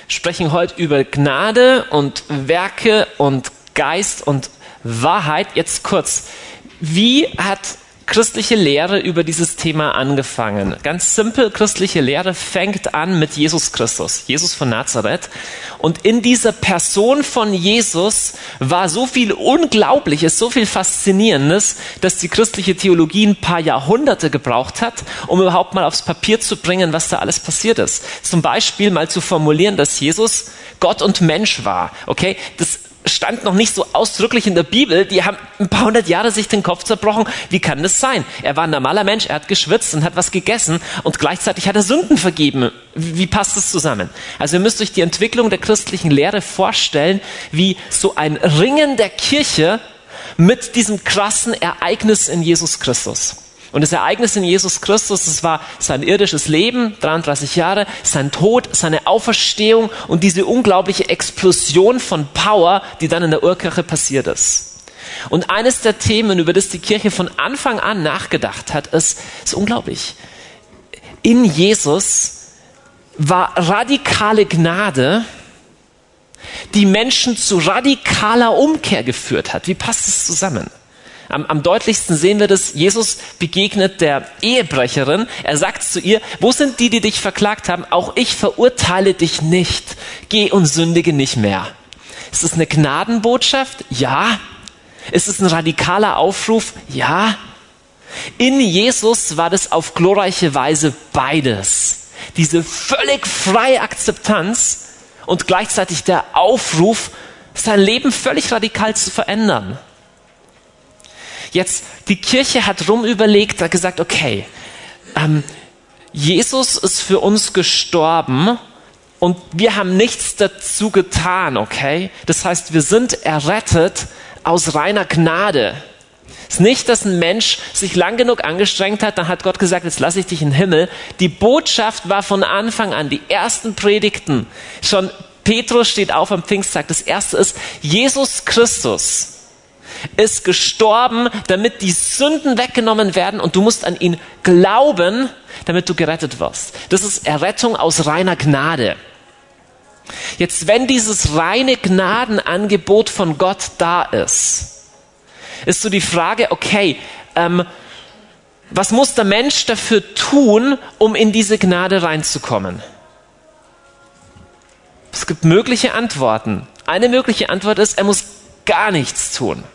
sprechen heute über Gnade und Werke und Geist und Wahrheit. Jetzt kurz, wie hat christliche Lehre über dieses Thema angefangen? Ganz simpel, christliche Lehre fängt an mit Jesus Christus, Jesus von Nazareth. Und in dieser Person von Jesus war so viel Unglaubliches, so viel Faszinierendes, dass die christliche Theologie ein paar Jahrhunderte gebraucht hat, um überhaupt mal aufs Papier zu bringen, was da alles passiert ist. Zum Beispiel mal zu formulieren, dass Jesus Gott und Mensch war. Okay, das stand noch nicht so ausdrücklich in der Bibel. Die haben ein paar hundert Jahre sich den Kopf zerbrochen. Wie kann das sein? Er war ein normaler Mensch, er hat geschwitzt und hat was gegessen und gleichzeitig hat er Sünden vergeben. Wie passt das zusammen? Also ihr müsst euch die Entwicklung der christlichen Lehre vorstellen, wie so ein Ringen der Kirche mit diesem krassen Ereignis in Jesus Christus. Und das Ereignis in Jesus Christus, das war sein irdisches Leben, 33 Jahre, sein Tod, seine Auferstehung und diese unglaubliche Explosion von Power, die dann in der Urkirche passiert ist. Und eines der Themen, über das die Kirche von Anfang an nachgedacht hat, ist unglaublich. In Jesus war radikale Gnade, die Menschen zu radikaler Umkehr geführt hat. Wie passt es zusammen? Am deutlichsten sehen wir das, Jesus begegnet der Ehebrecherin. Er sagt zu ihr, wo sind die, die dich verklagt haben? Auch ich verurteile dich nicht. Geh und sündige nicht mehr. Ist es eine Gnadenbotschaft? Ja. Ist es ein radikaler Aufruf? Ja. In Jesus war das auf glorreiche Weise beides. Diese völlig freie Akzeptanz und gleichzeitig der Aufruf, sein Leben völlig radikal zu verändern. Jetzt, die Kirche hat rumüberlegt, hat gesagt, okay, Jesus ist für uns gestorben und wir haben nichts dazu getan, okay? Das heißt, wir sind errettet aus reiner Gnade. Es ist nicht, dass ein Mensch sich lang genug angestrengt hat, dann hat Gott gesagt, jetzt lasse ich dich in den Himmel. Die Botschaft war von Anfang an, die ersten Predigten, schon Petrus steht auf am Pfingsttag, das erste ist, Jesus Christus ist gestorben, damit die Sünden weggenommen werden und du musst an ihn glauben, damit du gerettet wirst. Das ist Errettung aus reiner Gnade. Jetzt, wenn dieses reine Gnadenangebot von Gott da ist so die Frage, okay, was muss der Mensch dafür tun, um in diese Gnade reinzukommen? Es gibt mögliche Antworten. Eine mögliche Antwort ist, er muss gar nichts tun.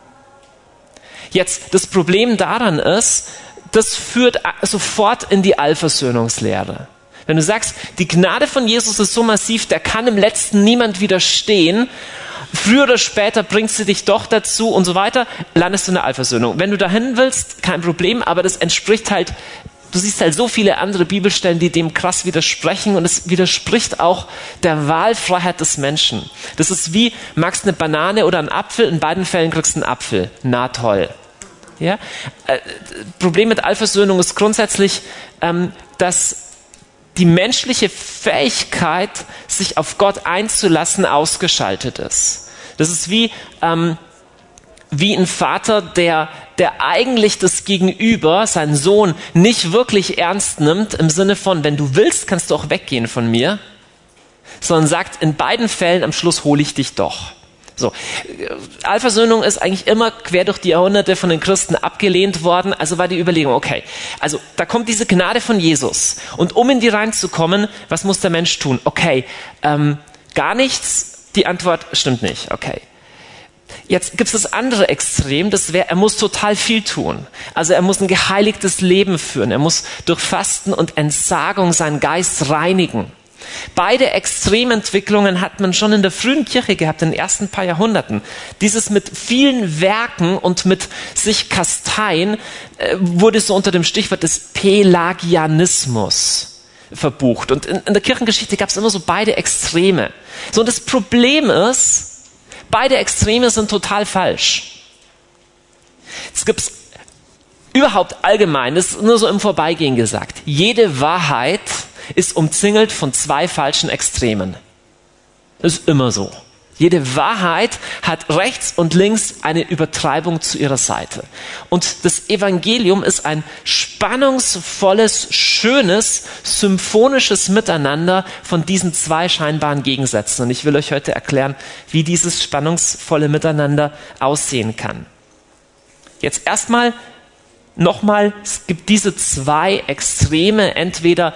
Jetzt, das Problem daran ist, das führt sofort in die Allversöhnungslehre. Wenn du sagst, die Gnade von Jesus ist so massiv, der kann im Letzten niemand widerstehen, früher oder später bringt sie dich doch dazu und so weiter, landest du in der Allversöhnung. Wenn du dahin willst, kein Problem, aber das entspricht halt, du siehst halt so viele andere Bibelstellen, die dem krass widersprechen und es widerspricht auch der Wahlfreiheit des Menschen. Das ist wie, magst eine Banane oder einen Apfel, in beiden Fällen kriegst du einen Apfel. Na toll. Ja? Problem mit Allversöhnung ist grundsätzlich, dass die menschliche Fähigkeit, sich auf Gott einzulassen, ausgeschaltet ist. Das ist wie ein Vater, der eigentlich das Gegenüber, seinen Sohn, nicht wirklich ernst nimmt, im Sinne von, wenn du willst, kannst du auch weggehen von mir, sondern sagt, in beiden Fällen am Schluss hole ich dich doch. So, Allversöhnung ist eigentlich immer quer durch die Jahrhunderte von den Christen abgelehnt worden, also war die Überlegung, okay, also da kommt diese Gnade von Jesus und um in die reinzukommen, was muss der Mensch tun? Okay, gar nichts, die Antwort stimmt nicht, okay. Jetzt gibt es das andere Extrem, das wäre, er muss total viel tun. Also er muss ein geheiligtes Leben führen, er muss durch Fasten und Entsagung seinen Geist reinigen. Beide Extrementwicklungen hat man schon in der frühen Kirche gehabt, in den ersten paar Jahrhunderten. Dieses mit vielen Werken und mit sich kasteien wurde so unter dem Stichwort des Pelagianismus verbucht. Und in der Kirchengeschichte gab es immer so beide Extreme. So, und das Problem ist, beide Extreme sind total falsch. Es gibt überhaupt allgemein, das ist nur so im Vorbeigehen gesagt, jede Wahrheit ist umzingelt von zwei falschen Extremen. Das ist immer so. Jede Wahrheit hat rechts und links eine Übertreibung zu ihrer Seite. Und das Evangelium ist ein spannungsvolles, schönes, symphonisches Miteinander von diesen zwei scheinbaren Gegensätzen. Und ich will euch heute erklären, wie dieses spannungsvolle Miteinander aussehen kann. Jetzt erstmal nochmal, es gibt diese zwei Extreme, entweder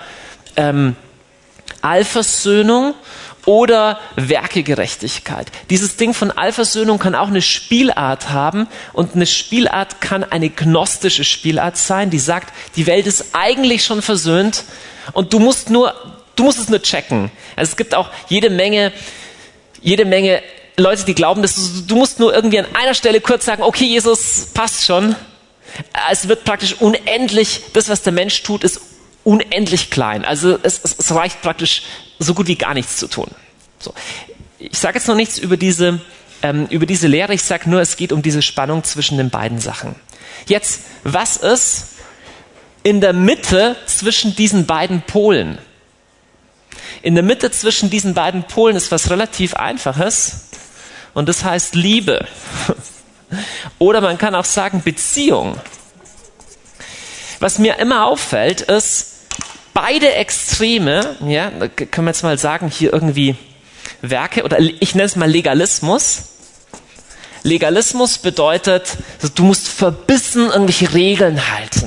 Allversöhnung oder Werkegerechtigkeit. Dieses Ding von Allversöhnung kann auch eine Spielart haben und eine Spielart kann eine gnostische Spielart sein, die sagt, die Welt ist eigentlich schon versöhnt und du musst es nur checken. Also es gibt auch jede Menge Leute, die glauben, dass du musst nur irgendwie an einer Stelle kurz sagen, okay, Jesus, passt schon. Es wird praktisch unendlich, das, was der Mensch tut, ist unendlich klein. Also es reicht praktisch so gut wie gar nichts zu tun. So. Ich sage jetzt noch nichts über diese Lehre, ich sage nur, es geht um diese Spannung zwischen den beiden Sachen. Jetzt, was ist in der Mitte zwischen diesen beiden Polen? In der Mitte zwischen diesen beiden Polen ist was relativ Einfaches und das heißt Liebe. Oder man kann auch sagen Beziehung. Was mir immer auffällt, ist, beide Extreme, ja, da können wir jetzt mal sagen, hier irgendwie Werke, oder ich nenne es mal Legalismus. Legalismus bedeutet, du musst verbissen irgendwelche Regeln halten.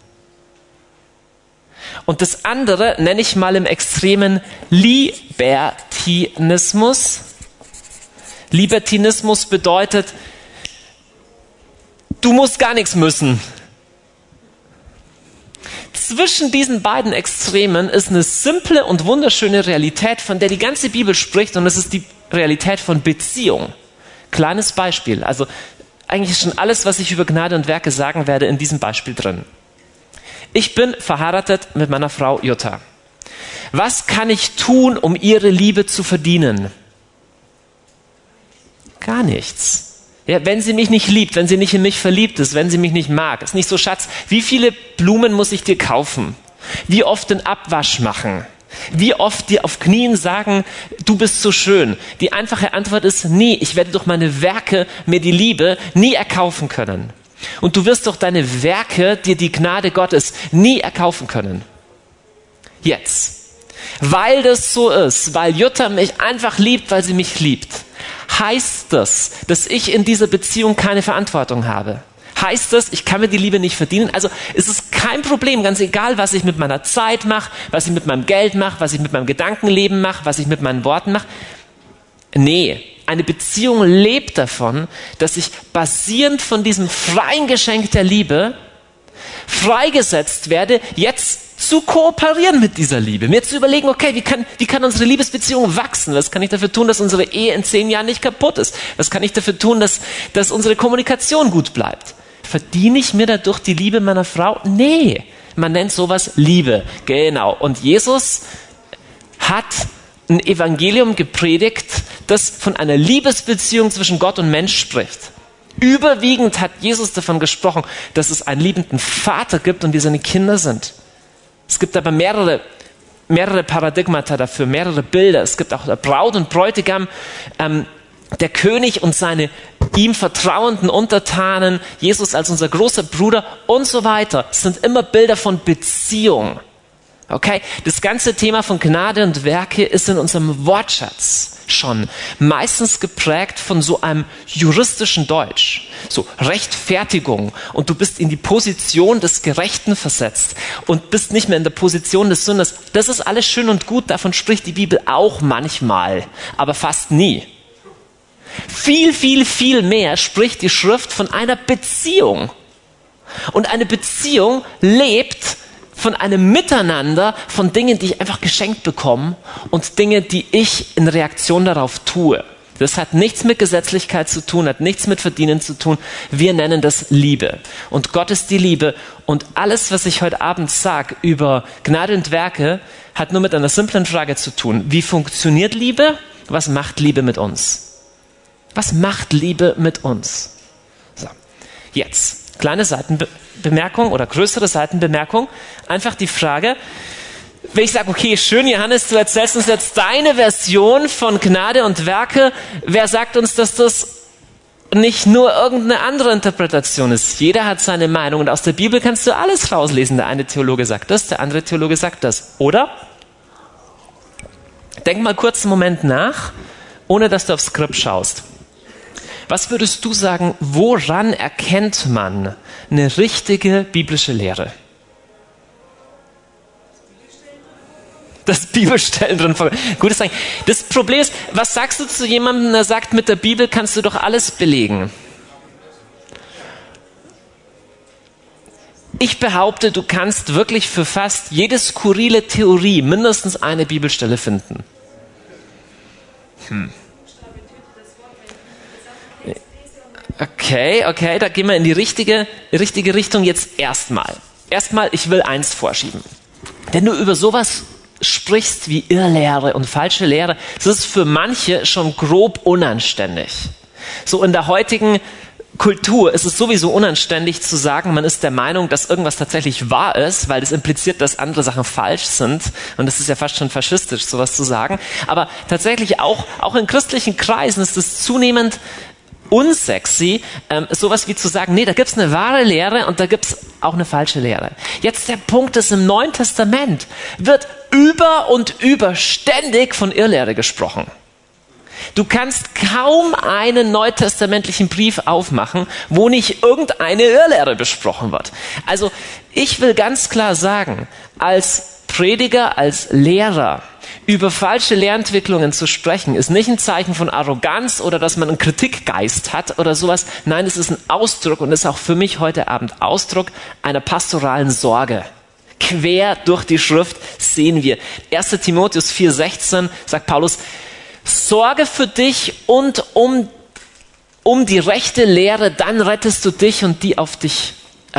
Und das andere nenne ich mal im Extremen Libertinismus. Libertinismus bedeutet, du musst gar nichts müssen. Zwischen diesen beiden Extremen ist eine simple und wunderschöne Realität, von der die ganze Bibel spricht, und das ist die Realität von Beziehung. Kleines Beispiel, also eigentlich ist schon alles, was ich über Gnade und Werke sagen werde, in diesem Beispiel drin. Ich bin verheiratet mit meiner Frau Jutta. Was kann ich tun, um ihre Liebe zu verdienen? Gar nichts. Ja, wenn sie mich nicht liebt, wenn sie nicht in mich verliebt ist, wenn sie mich nicht mag, ist nicht so, Schatz, wie viele Blumen muss ich dir kaufen? Wie oft den Abwasch machen? Wie oft dir auf Knien sagen, du bist so schön? Die einfache Antwort ist, nie. Ich werde durch meine Werke mir die Liebe nie erkaufen können. Und du wirst durch deine Werke dir die Gnade Gottes nie erkaufen können. Jetzt. Weil das so ist, weil Jutta mich einfach liebt, weil sie mich liebt, heißt das, dass ich in dieser Beziehung keine Verantwortung habe? Heißt das, ich kann mir die Liebe nicht verdienen? Also es ist kein Problem, ganz egal, was ich mit meiner Zeit mache, was ich mit meinem Geld mache, was ich mit meinem Gedankenleben mache, was ich mit meinen Worten mache. Nee, eine Beziehung lebt davon, dass ich basierend von diesem freien Geschenk der Liebe freigesetzt werde, jetzt zu kooperieren mit dieser Liebe. Mir zu überlegen, okay, wie kann unsere Liebesbeziehung wachsen? Was kann ich dafür tun, dass unsere Ehe in 10 Jahren nicht kaputt ist? Was kann ich dafür tun, dass unsere Kommunikation gut bleibt? Verdiene ich mir dadurch die Liebe meiner Frau? Nee, man nennt sowas Liebe. Genau. Und Jesus hat ein Evangelium gepredigt, das von einer Liebesbeziehung zwischen Gott und Mensch spricht. Überwiegend hat Jesus davon gesprochen, dass es einen liebenden Vater gibt und wir seine Kinder sind. Es gibt aber mehrere Paradigmata dafür, mehrere Bilder. Es gibt auch der Braut und Bräutigam, der König und seine ihm vertrauenden Untertanen, Jesus als unser großer Bruder und so weiter. Es sind immer Bilder von Beziehung. Okay? Das ganze Thema von Gnade und Werke ist in unserem Wortschatz schon meistens geprägt von so einem juristischen Deutsch. So Rechtfertigung. Und du bist in die Position des Gerechten versetzt und bist nicht mehr in der Position des Sünders. Das ist alles schön und gut. Davon spricht die Bibel auch manchmal, aber fast nie. Viel, viel, viel mehr spricht die Schrift von einer Beziehung. Und eine Beziehung lebt von einem Miteinander von Dingen, die ich einfach geschenkt bekomme und Dinge, die ich in Reaktion darauf tue. Das hat nichts mit Gesetzlichkeit zu tun, hat nichts mit Verdienen zu tun. Wir nennen das Liebe. Und Gott ist die Liebe. Und alles, was ich heute Abend sage über Gnade und Werke, hat nur mit einer simplen Frage zu tun. Wie funktioniert Liebe? Was macht Liebe mit uns? Was macht Liebe mit uns? So, jetzt, kleine Seitenbemerkung oder größere Seitenbemerkung. Einfach die Frage, wenn ich sage, okay, schön, Johannes, du erzählst uns jetzt deine Version von Gnade und Werke, wer sagt uns, dass das nicht nur irgendeine andere Interpretation ist? Jeder hat seine Meinung und aus der Bibel kannst du alles rauslesen. Der eine Theologe sagt das, der andere Theologe sagt das, oder? Denk mal kurz einen Moment nach, ohne dass du aufs Skript schaust. Was würdest du sagen, woran erkennt man eine richtige biblische Lehre? Das Bibelstellen drin vor. Gutes Zeichen. Das Problem ist, was sagst du zu jemandem, der sagt, mit der Bibel kannst du doch alles belegen? Ich behaupte, du kannst wirklich für fast jede skurrile Theorie mindestens eine Bibelstelle finden. Okay, da gehen wir in die richtige Richtung jetzt erstmal. Erstmal, ich will eins vorschieben. Wenn du über sowas sprichst wie Irrlehre und falsche Lehre, das ist für manche schon grob unanständig. So in der heutigen Kultur ist es sowieso unanständig zu sagen, man ist der Meinung, dass irgendwas tatsächlich wahr ist, weil das impliziert, dass andere Sachen falsch sind. Und das ist ja fast schon faschistisch, sowas zu sagen. Aber tatsächlich auch in christlichen Kreisen ist es zunehmend unsexy, sowas wie zu sagen, nee, da gibt's eine wahre Lehre und da gibt's auch eine falsche Lehre. Jetzt der Punkt ist, im Neuen Testament wird über und über ständig von Irrlehre gesprochen. Du kannst kaum einen neutestamentlichen Brief aufmachen, wo nicht irgendeine Irrlehre besprochen wird. Also ich will ganz klar sagen, als Prediger, als Lehrer, über falsche Lehrentwicklungen zu sprechen, ist nicht ein Zeichen von Arroganz oder dass man einen Kritikgeist hat oder sowas. Nein, es ist ein Ausdruck und ist auch für mich heute Abend Ausdruck einer pastoralen Sorge. Quer durch die Schrift sehen wir. 1. Timotheus 4,16 sagt Paulus, sorge für dich und um die rechte Lehre, dann rettest du dich und die auf dich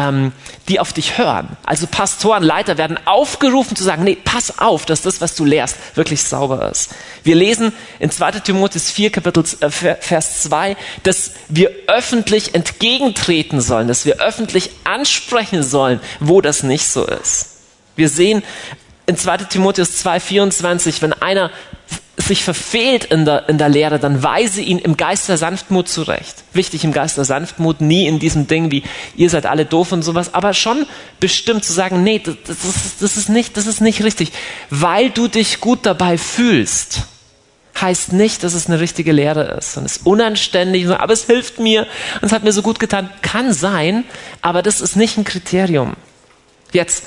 hören. Also Pastoren, Leiter werden aufgerufen zu sagen, nee, pass auf, dass das, was du lehrst, wirklich sauber ist. Wir lesen in 2. Timotheus 4, Vers 2, dass wir öffentlich entgegentreten sollen, dass wir öffentlich ansprechen sollen, wo das nicht so ist. Wir sehen in 2. Timotheus 2,24, wenn einer sich verfehlt in der Lehre, dann weise ihn im Geist der Sanftmut zurecht. Wichtig im Geist der Sanftmut, nie in diesem Ding wie, ihr seid alle doof und sowas, aber schon bestimmt zu sagen, nee, das ist nicht richtig. Weil du dich gut dabei fühlst, heißt nicht, dass es eine richtige Lehre ist. Und es ist unanständig, aber es hilft mir und es hat mir so gut getan. Kann sein, aber das ist nicht ein Kriterium. Jetzt,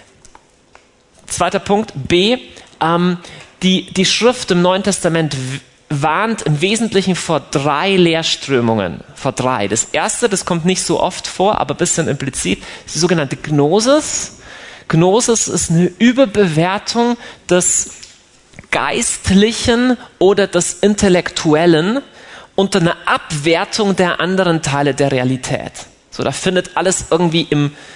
zweiter Punkt, B, die Schrift im Neuen Testament warnt im Wesentlichen vor 3 Lehrströmungen. Vor 3. Das erste, das kommt nicht so oft vor, aber ein bisschen implizit, ist die sogenannte Gnosis. Gnosis ist eine Überbewertung des Geistlichen oder des Intellektuellen unter einer Abwertung der anderen Teile der Realität. So, da findet alles irgendwie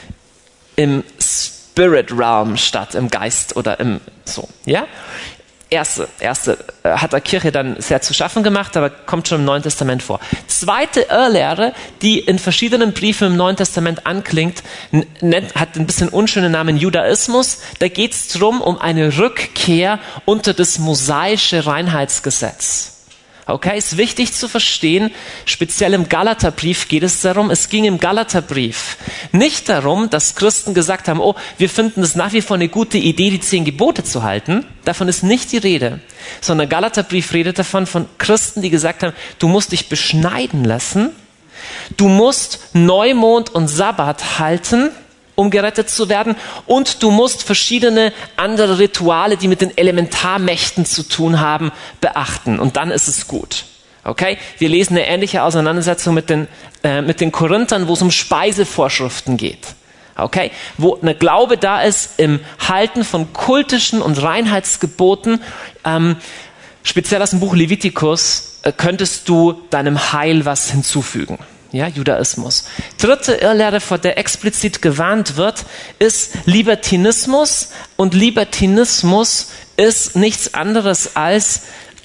im Spirit Realm statt, im Geist oder im so, ja? Erste hat der Kirche dann sehr zu schaffen gemacht, aber kommt schon im Neuen Testament vor. Zweite Irrlehre, die in verschiedenen Briefen im Neuen Testament anklingt, hat ein bisschen unschönen Namen Judaismus. Da geht es darum, um eine Rückkehr unter das mosaische Reinheitsgesetz. Okay, ist wichtig zu verstehen, speziell im Galaterbrief geht es darum, es ging im Galaterbrief nicht darum, dass Christen gesagt haben, oh, wir finden es nach wie vor eine gute Idee, die 10 Gebote zu halten. Davon ist nicht die Rede, sondern der Galaterbrief redet davon von Christen, die gesagt haben, du musst dich beschneiden lassen, du musst Neumond und Sabbat halten, um gerettet zu werden. Und du musst verschiedene andere Rituale, die mit den Elementarmächten zu tun haben, beachten. Und dann ist es gut. Okay? Wir lesen eine ähnliche Auseinandersetzung mit den Korinthern, wo es um Speisevorschriften geht. Okay? Wo eine Glaube da ist im Halten von kultischen und Reinheitsgeboten. Speziell aus dem Buch Levitikus könntest du deinem Heil was hinzufügen. Ja, Judaismus. Dritte Irrlehre, vor der explizit gewarnt wird, ist Libertinismus. Und Libertinismus ist nichts anderes als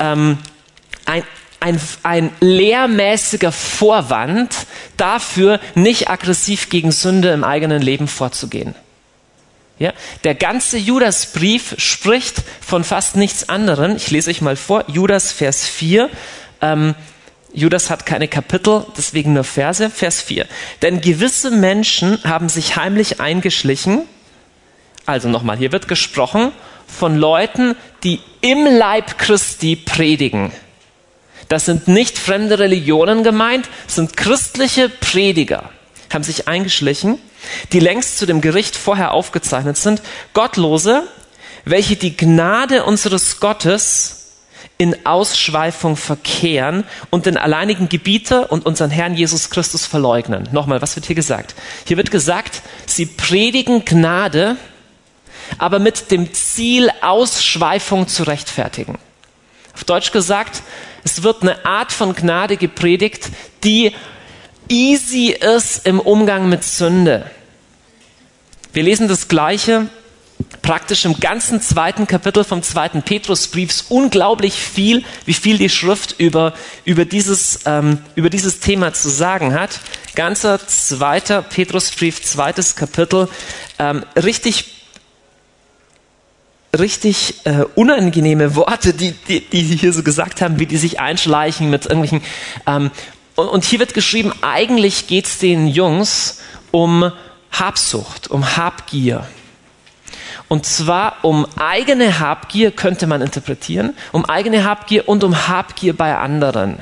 ein lehrmäßiger Vorwand dafür, nicht aggressiv gegen Sünde im eigenen Leben vorzugehen. Ja? Der ganze Judasbrief spricht von fast nichts anderem. Ich lese euch mal vor, Judas, Vers 4. Judas hat keine Kapitel, deswegen nur Verse. Vers 4. Denn gewisse Menschen haben sich heimlich eingeschlichen. Also nochmal, hier wird gesprochen von Leuten, die im Leib Christi predigen. Das sind nicht fremde Religionen gemeint, sind christliche Prediger, haben sich eingeschlichen, die längst zu dem Gericht vorher aufgezeichnet sind, Gottlose, welche die Gnade unseres Gottes in Ausschweifung verkehren und den alleinigen Gebieter und unseren Herrn Jesus Christus verleugnen. Nochmal, was wird hier gesagt? Hier wird gesagt, sie predigen Gnade, aber mit dem Ziel, Ausschweifung zu rechtfertigen. Auf Deutsch gesagt, es wird eine Art von Gnade gepredigt, die easy ist im Umgang mit Sünde. Wir lesen das Gleiche praktisch im ganzen 2. Kapitel vom 2. Petrusbriefs. Unglaublich viel, wie viel die Schrift über dieses Thema zu sagen hat. Ganzer 2. Petrusbrief, 2. Kapitel, richtig unangenehme Worte, die hier so gesagt haben, wie die sich einschleichen mit irgendwelchen. Und hier wird geschrieben, eigentlich geht es den Jungs um Habsucht, um Habgier. Und zwar um eigene Habgier, könnte man interpretieren, um eigene Habgier und um Habgier bei anderen.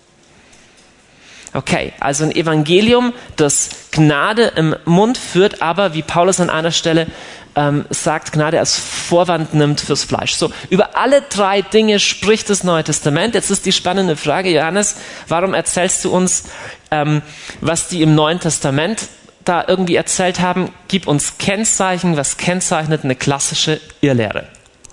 Okay, also ein Evangelium, das Gnade im Mund führt, aber wie Paulus an einer Stelle sagt, Gnade als Vorwand nimmt fürs Fleisch. So, über alle 3 Dinge spricht das Neue Testament. Jetzt ist die spannende Frage, Johannes, warum erzählst du uns, was die im Neuen Testament da irgendwie erzählt haben? Gib uns Kennzeichen, was kennzeichnet eine klassische Irrlehre.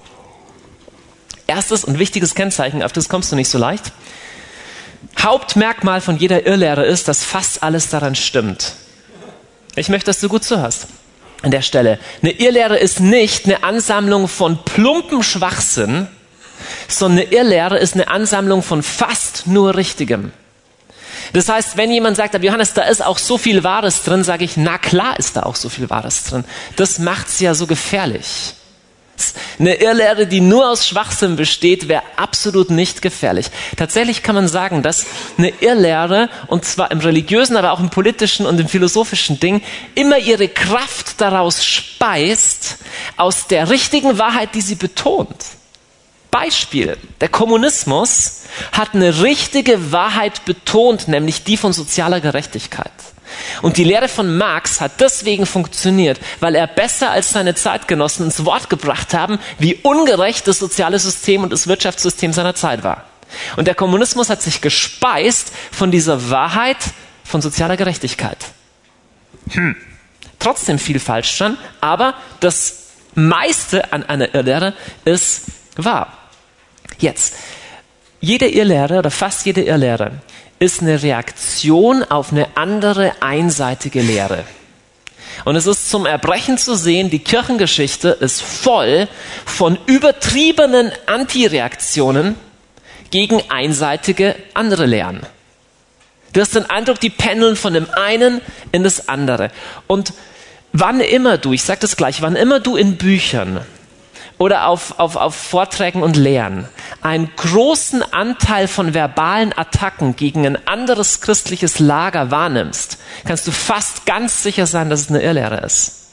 Erstes und wichtiges Kennzeichen, auf das kommst du nicht so leicht. Hauptmerkmal von jeder Irrlehre ist, dass fast alles daran stimmt. Ich möchte, dass du gut zuhörst an der Stelle. Eine Irrlehre ist nicht eine Ansammlung von plumpem Schwachsinn, sondern eine Irrlehre ist eine Ansammlung von fast nur Richtigem. Das heißt, wenn jemand sagt, aber Johannes, da ist auch so viel Wahres drin, sage ich, na klar ist da auch so viel Wahres drin. Das macht's ja so gefährlich. Eine Irrlehre, die nur aus Schwachsinn besteht, wäre absolut nicht gefährlich. Tatsächlich kann man sagen, dass eine Irrlehre, und zwar im religiösen, aber auch im politischen und im philosophischen Ding, immer ihre Kraft daraus speist, aus der richtigen Wahrheit, die sie betont. Beispiel, der Kommunismus hat eine richtige Wahrheit betont, nämlich die von sozialer Gerechtigkeit. Und die Lehre von Marx hat deswegen funktioniert, weil er besser als seine Zeitgenossen ins Wort gebracht haben, wie ungerecht das soziale System und das Wirtschaftssystem seiner Zeit war. Und der Kommunismus hat sich gespeist von dieser Wahrheit von sozialer Gerechtigkeit. Trotzdem viel falsch dran, aber das meiste an einer Irrlehre ist wahr. Jetzt, jede Irrlehre oder fast jede Irrlehre ist eine Reaktion auf eine andere einseitige Lehre. Und es ist zum Erbrechen zu sehen, die Kirchengeschichte ist voll von übertriebenen Antireaktionen gegen einseitige andere Lehren. Du hast den Eindruck, die pendeln von dem einen in das andere. Und wann immer du, ich sage das gleich, wann immer du in Büchern oder auf Vorträgen und Lehren einen großen Anteil von verbalen Attacken gegen ein anderes christliches Lager wahrnimmst, kannst du fast ganz sicher sein, dass es eine Irrlehre ist.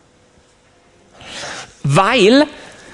Weil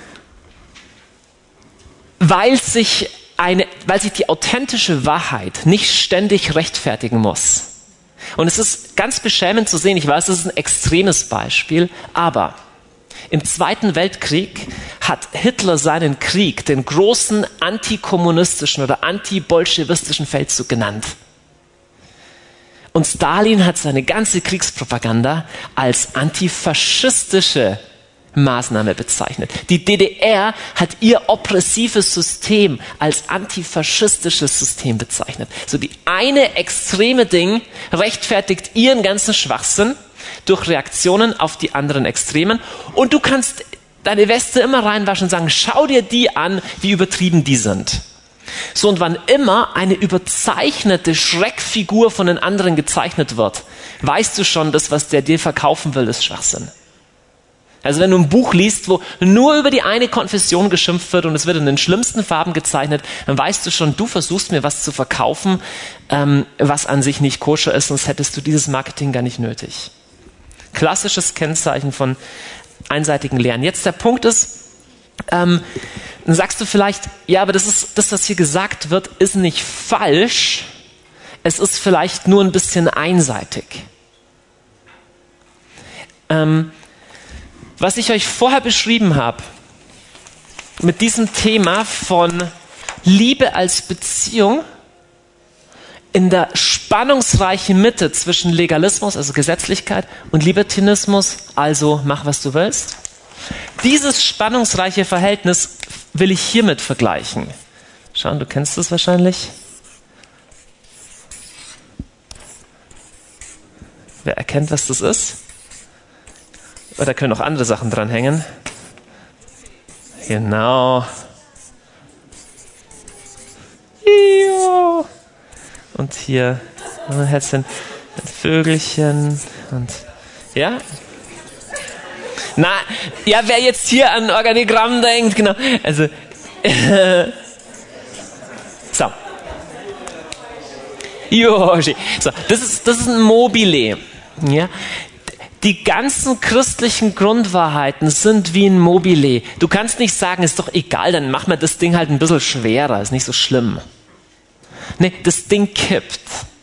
sich die authentische Wahrheit nicht ständig rechtfertigen muss. Und es ist ganz beschämend zu sehen, ich weiß, das ist ein extremes Beispiel, aber im Zweiten Weltkrieg hat Hitler seinen Krieg den großen antikommunistischen oder antibolschewistischen Feldzug genannt. Und Stalin hat seine ganze Kriegspropaganda als antifaschistische Maßnahme bezeichnet. Die DDR hat ihr oppressives System als antifaschistisches System bezeichnet. So die eine extreme Ding rechtfertigt ihren ganzen Schwachsinn durch Reaktionen auf die anderen Extremen. Und du kannst deine Weste immer reinwaschen und sagen, schau dir die an, wie übertrieben die sind. So, und wann immer eine überzeichnete Schreckfigur von den anderen gezeichnet wird, weißt du schon, das, was der dir verkaufen will, ist Schwachsinn. Also wenn du ein Buch liest, wo nur über die eine Konfession geschimpft wird und es wird in den schlimmsten Farben gezeichnet, dann weißt du schon, du versuchst mir was zu verkaufen, was an sich nicht koscher ist, sonst hättest du dieses Marketing gar nicht nötig. Klassisches Kennzeichen von einseitigen Lehren. Jetzt der Punkt ist, dann sagst du vielleicht, ja, aber das, was hier gesagt wird, ist nicht falsch, es ist vielleicht nur ein bisschen einseitig. Was ich euch vorher beschrieben habe, mit diesem Thema von Liebe als Beziehung in der spannungsreichen Mitte zwischen Legalismus, also Gesetzlichkeit, und Libertinismus, also mach, was du willst. Dieses spannungsreiche Verhältnis will ich hiermit vergleichen. Schau, du kennst das wahrscheinlich. Wer erkennt, was das ist? Oder können auch andere Sachen dranhängen? Genau. Und hier ein Herzchen, ein Vögelchen und ja. Na, ja, wer jetzt hier an Organigramm denkt, genau. Also, so. So, das ist ein Mobile. Ja. Die ganzen christlichen Grundwahrheiten sind wie ein Mobile. Du kannst nicht sagen, ist doch egal, dann machen wir das Ding halt ein bisschen schwerer, ist nicht so schlimm. Nee, das Ding kippt.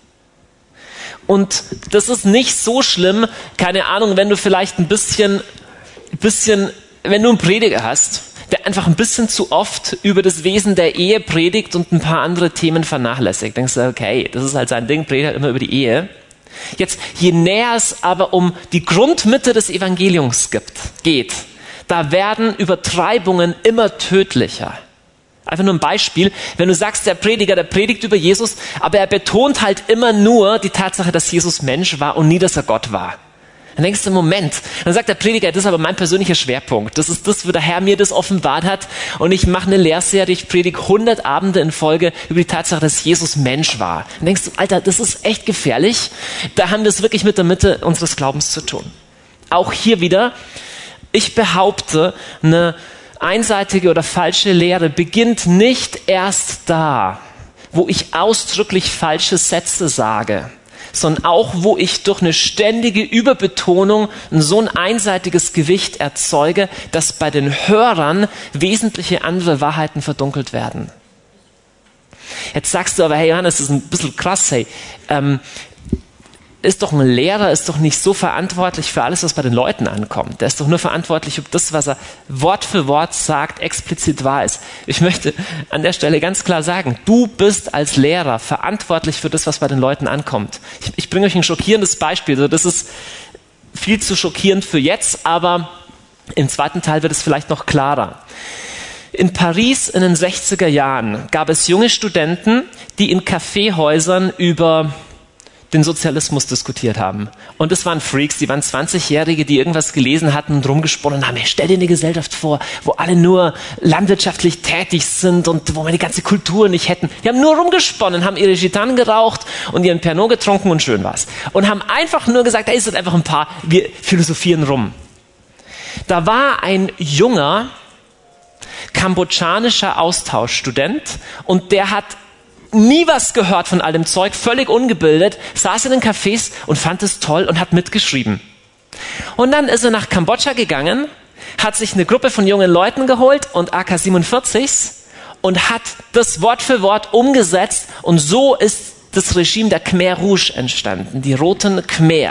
Und das ist nicht so schlimm, keine Ahnung, wenn du vielleicht ein bisschen, wenn du einen Prediger hast, der einfach ein bisschen zu oft über das Wesen der Ehe predigt und ein paar andere Themen vernachlässigt. Denkst du, okay, das ist halt sein Ding, predigt halt immer über die Ehe. Jetzt, je näher es aber um die Grundmitte des Evangeliums geht, da werden Übertreibungen immer tödlicher. Einfach nur ein Beispiel, wenn du sagst, der Prediger, der predigt über Jesus, aber er betont halt immer nur die Tatsache, dass Jesus Mensch war und nie, dass er Gott war. Dann denkst du, Moment, dann sagt der Prediger, das ist aber mein persönlicher Schwerpunkt. Das ist das, wo der Herr mir das offenbart hat und ich mache eine Lehrserie, ich predige 100 Abende in Folge über die Tatsache, dass Jesus Mensch war. Dann denkst du, Alter, das ist echt gefährlich. Da haben wir es wirklich mit der Mitte unseres Glaubens zu tun. Auch hier wieder, ich behaupte, eine einseitige oder falsche Lehre beginnt nicht erst da, wo ich ausdrücklich falsche Sätze sage, sondern auch, wo ich durch eine ständige Überbetonung so ein einseitiges Gewicht erzeuge, dass bei den Hörern wesentliche andere Wahrheiten verdunkelt werden. Jetzt sagst du aber, hey Johannes, das ist ein bisschen krass, hey, ist doch ein Lehrer, ist doch nicht so verantwortlich für alles, was bei den Leuten ankommt. Der ist doch nur verantwortlich, ob das, was er Wort für Wort sagt, explizit wahr ist. Ich möchte an der Stelle ganz klar sagen, du bist als Lehrer verantwortlich für das, was bei den Leuten ankommt. Ich bringe euch ein schockierendes Beispiel. Also das ist viel zu schockierend für jetzt, aber im zweiten Teil wird es vielleicht noch klarer. In Paris in den 60er Jahren gab es junge Studenten, die in Kaffeehäusern über den Sozialismus diskutiert haben. Und es waren Freaks, die waren 20-Jährige, die irgendwas gelesen hatten und rumgesponnen haben. Hey, stell dir eine Gesellschaft vor, wo alle nur landwirtschaftlich tätig sind und wo wir die ganze Kultur nicht hätten. Die haben nur rumgesponnen, haben ihre Gitanen geraucht und ihren Pernod getrunken und schön war's. Und haben einfach nur gesagt, hey, es sind einfach ein paar, wir philosophieren rum. Da war ein junger kambodschanischer Austauschstudent und der hat nie was gehört von all dem Zeug, völlig ungebildet, saß in den Cafés und fand es toll und hat mitgeschrieben. Und dann ist er nach Kambodscha gegangen, hat sich eine Gruppe von jungen Leuten geholt und AK-47s und hat das Wort für Wort umgesetzt und so ist das Regime der Khmer Rouge entstanden, die roten Khmer.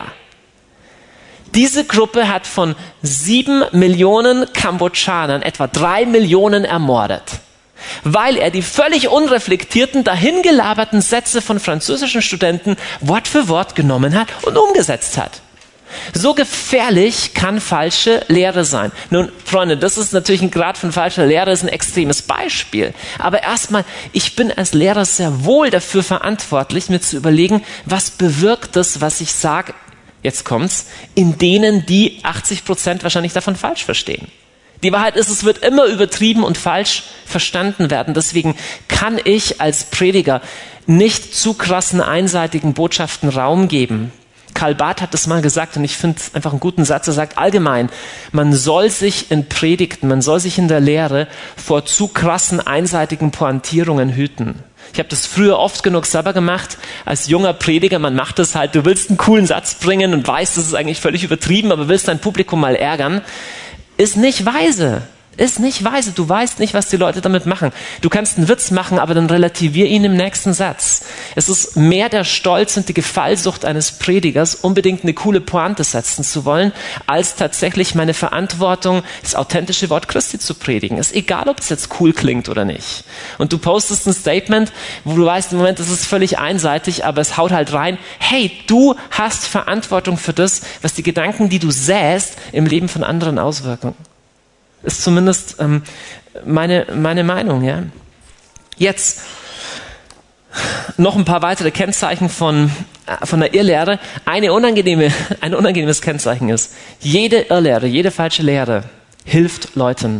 Diese Gruppe hat von 7 Millionen Kambodschanern etwa 3 Millionen ermordet, weil er die völlig unreflektierten, dahingelaberten Sätze von französischen Studenten Wort für Wort genommen hat und umgesetzt hat. So gefährlich kann falsche Lehre sein. Nun, Freunde, das ist natürlich ein Grad von falscher Lehre, ist ein extremes Beispiel. Aber erstmal, ich bin als Lehrer sehr wohl dafür verantwortlich, mir zu überlegen, was bewirkt das, was ich sage, jetzt kommt's, in denen die 80% wahrscheinlich davon falsch verstehen. Die Wahrheit ist, es wird immer übertrieben und falsch verstanden werden. Deswegen kann ich als Prediger nicht zu krassen, einseitigen Botschaften Raum geben. Karl Barth hat das mal gesagt und ich finde es einfach einen guten Satz. Er sagt allgemein, man soll sich in Predigten, man soll sich in der Lehre vor zu krassen, einseitigen Pointierungen hüten. Ich habe das früher oft genug selber gemacht, als junger Prediger, man macht das halt, du willst einen coolen Satz bringen und weißt, das ist eigentlich völlig übertrieben, aber willst dein Publikum mal ärgern. Ist nicht weise. Ist nicht weise. Du weißt nicht, was die Leute damit machen. Du kannst einen Witz machen, aber dann relativier ihn im nächsten Satz. Es ist mehr der Stolz und die Gefallsucht eines Predigers, unbedingt eine coole Pointe setzen zu wollen, als tatsächlich meine Verantwortung, das authentische Wort Christi zu predigen. Ist egal, ob es jetzt cool klingt oder nicht. Und du postest ein Statement, wo du weißt, im Moment, das ist völlig einseitig, aber es haut halt rein. Hey, du hast Verantwortung für das, was die Gedanken, die du säst, im Leben von anderen auswirken. Ist zumindest meine Meinung. Ja. Jetzt noch ein paar weitere Kennzeichen von der Irrlehre. Ein unangenehmes Kennzeichen ist, jede Irrlehre, jede falsche Lehre hilft Leuten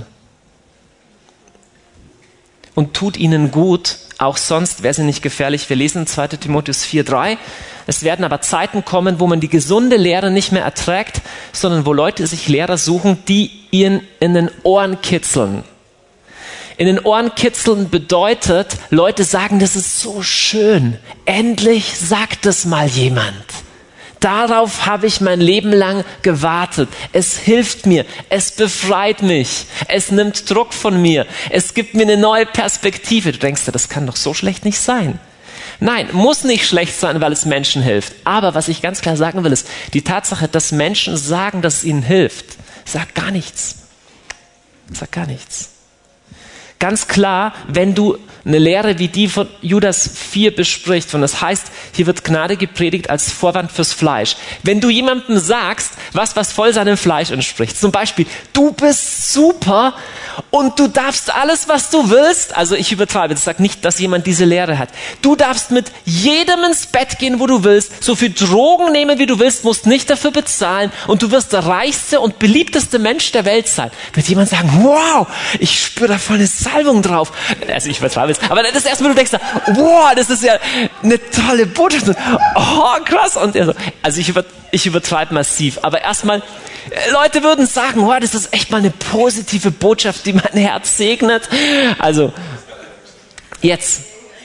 und tut ihnen gut. Auch sonst wäre sie nicht gefährlich. Wir lesen in 2. Timotheus 4,3. Es werden aber Zeiten kommen, wo man die gesunde Lehre nicht mehr erträgt, sondern wo Leute sich Lehrer suchen, die ihnen in den Ohren kitzeln. In den Ohren kitzeln bedeutet, Leute sagen, das ist so schön. Endlich sagt es mal jemand. Darauf habe ich mein Leben lang gewartet. Es hilft mir, es befreit mich, es nimmt Druck von mir, es gibt mir eine neue Perspektive. Du denkst dir, das kann doch so schlecht nicht sein. Nein, muss nicht schlecht sein, weil es Menschen hilft. Aber was ich ganz klar sagen will, ist, die Tatsache, dass Menschen sagen, dass es ihnen hilft, sagt gar nichts. Sagt gar nichts. Ganz klar, wenn du eine Lehre wie die von Judas 4 besprichst, und das heißt, hier wird Gnade gepredigt als Vorwand fürs Fleisch. Wenn du jemandem sagst, was voll seinem Fleisch entspricht, zum Beispiel, du bist super und du darfst alles, was du willst, also ich übertreibe, das sagt nicht, dass jemand diese Lehre hat. Du darfst mit jedem ins Bett gehen, wo du willst, so viel Drogen nehmen, wie du willst, musst nicht dafür bezahlen und du wirst der reichste und beliebteste Mensch der Welt sein. Wird jemand sagen, wow, ich spüre da voll eine Salbung drauf. Also ich übertreibe es, aber das erste Mal, du denkst, wow, das ist ja eine tolle Botschaft. Oh, krass. Und also ich übertreibe massiv, aber erstmal, Leute würden sagen, wow, das ist echt mal eine positive Botschaft, die mein Herz segnet. Also, jetzt,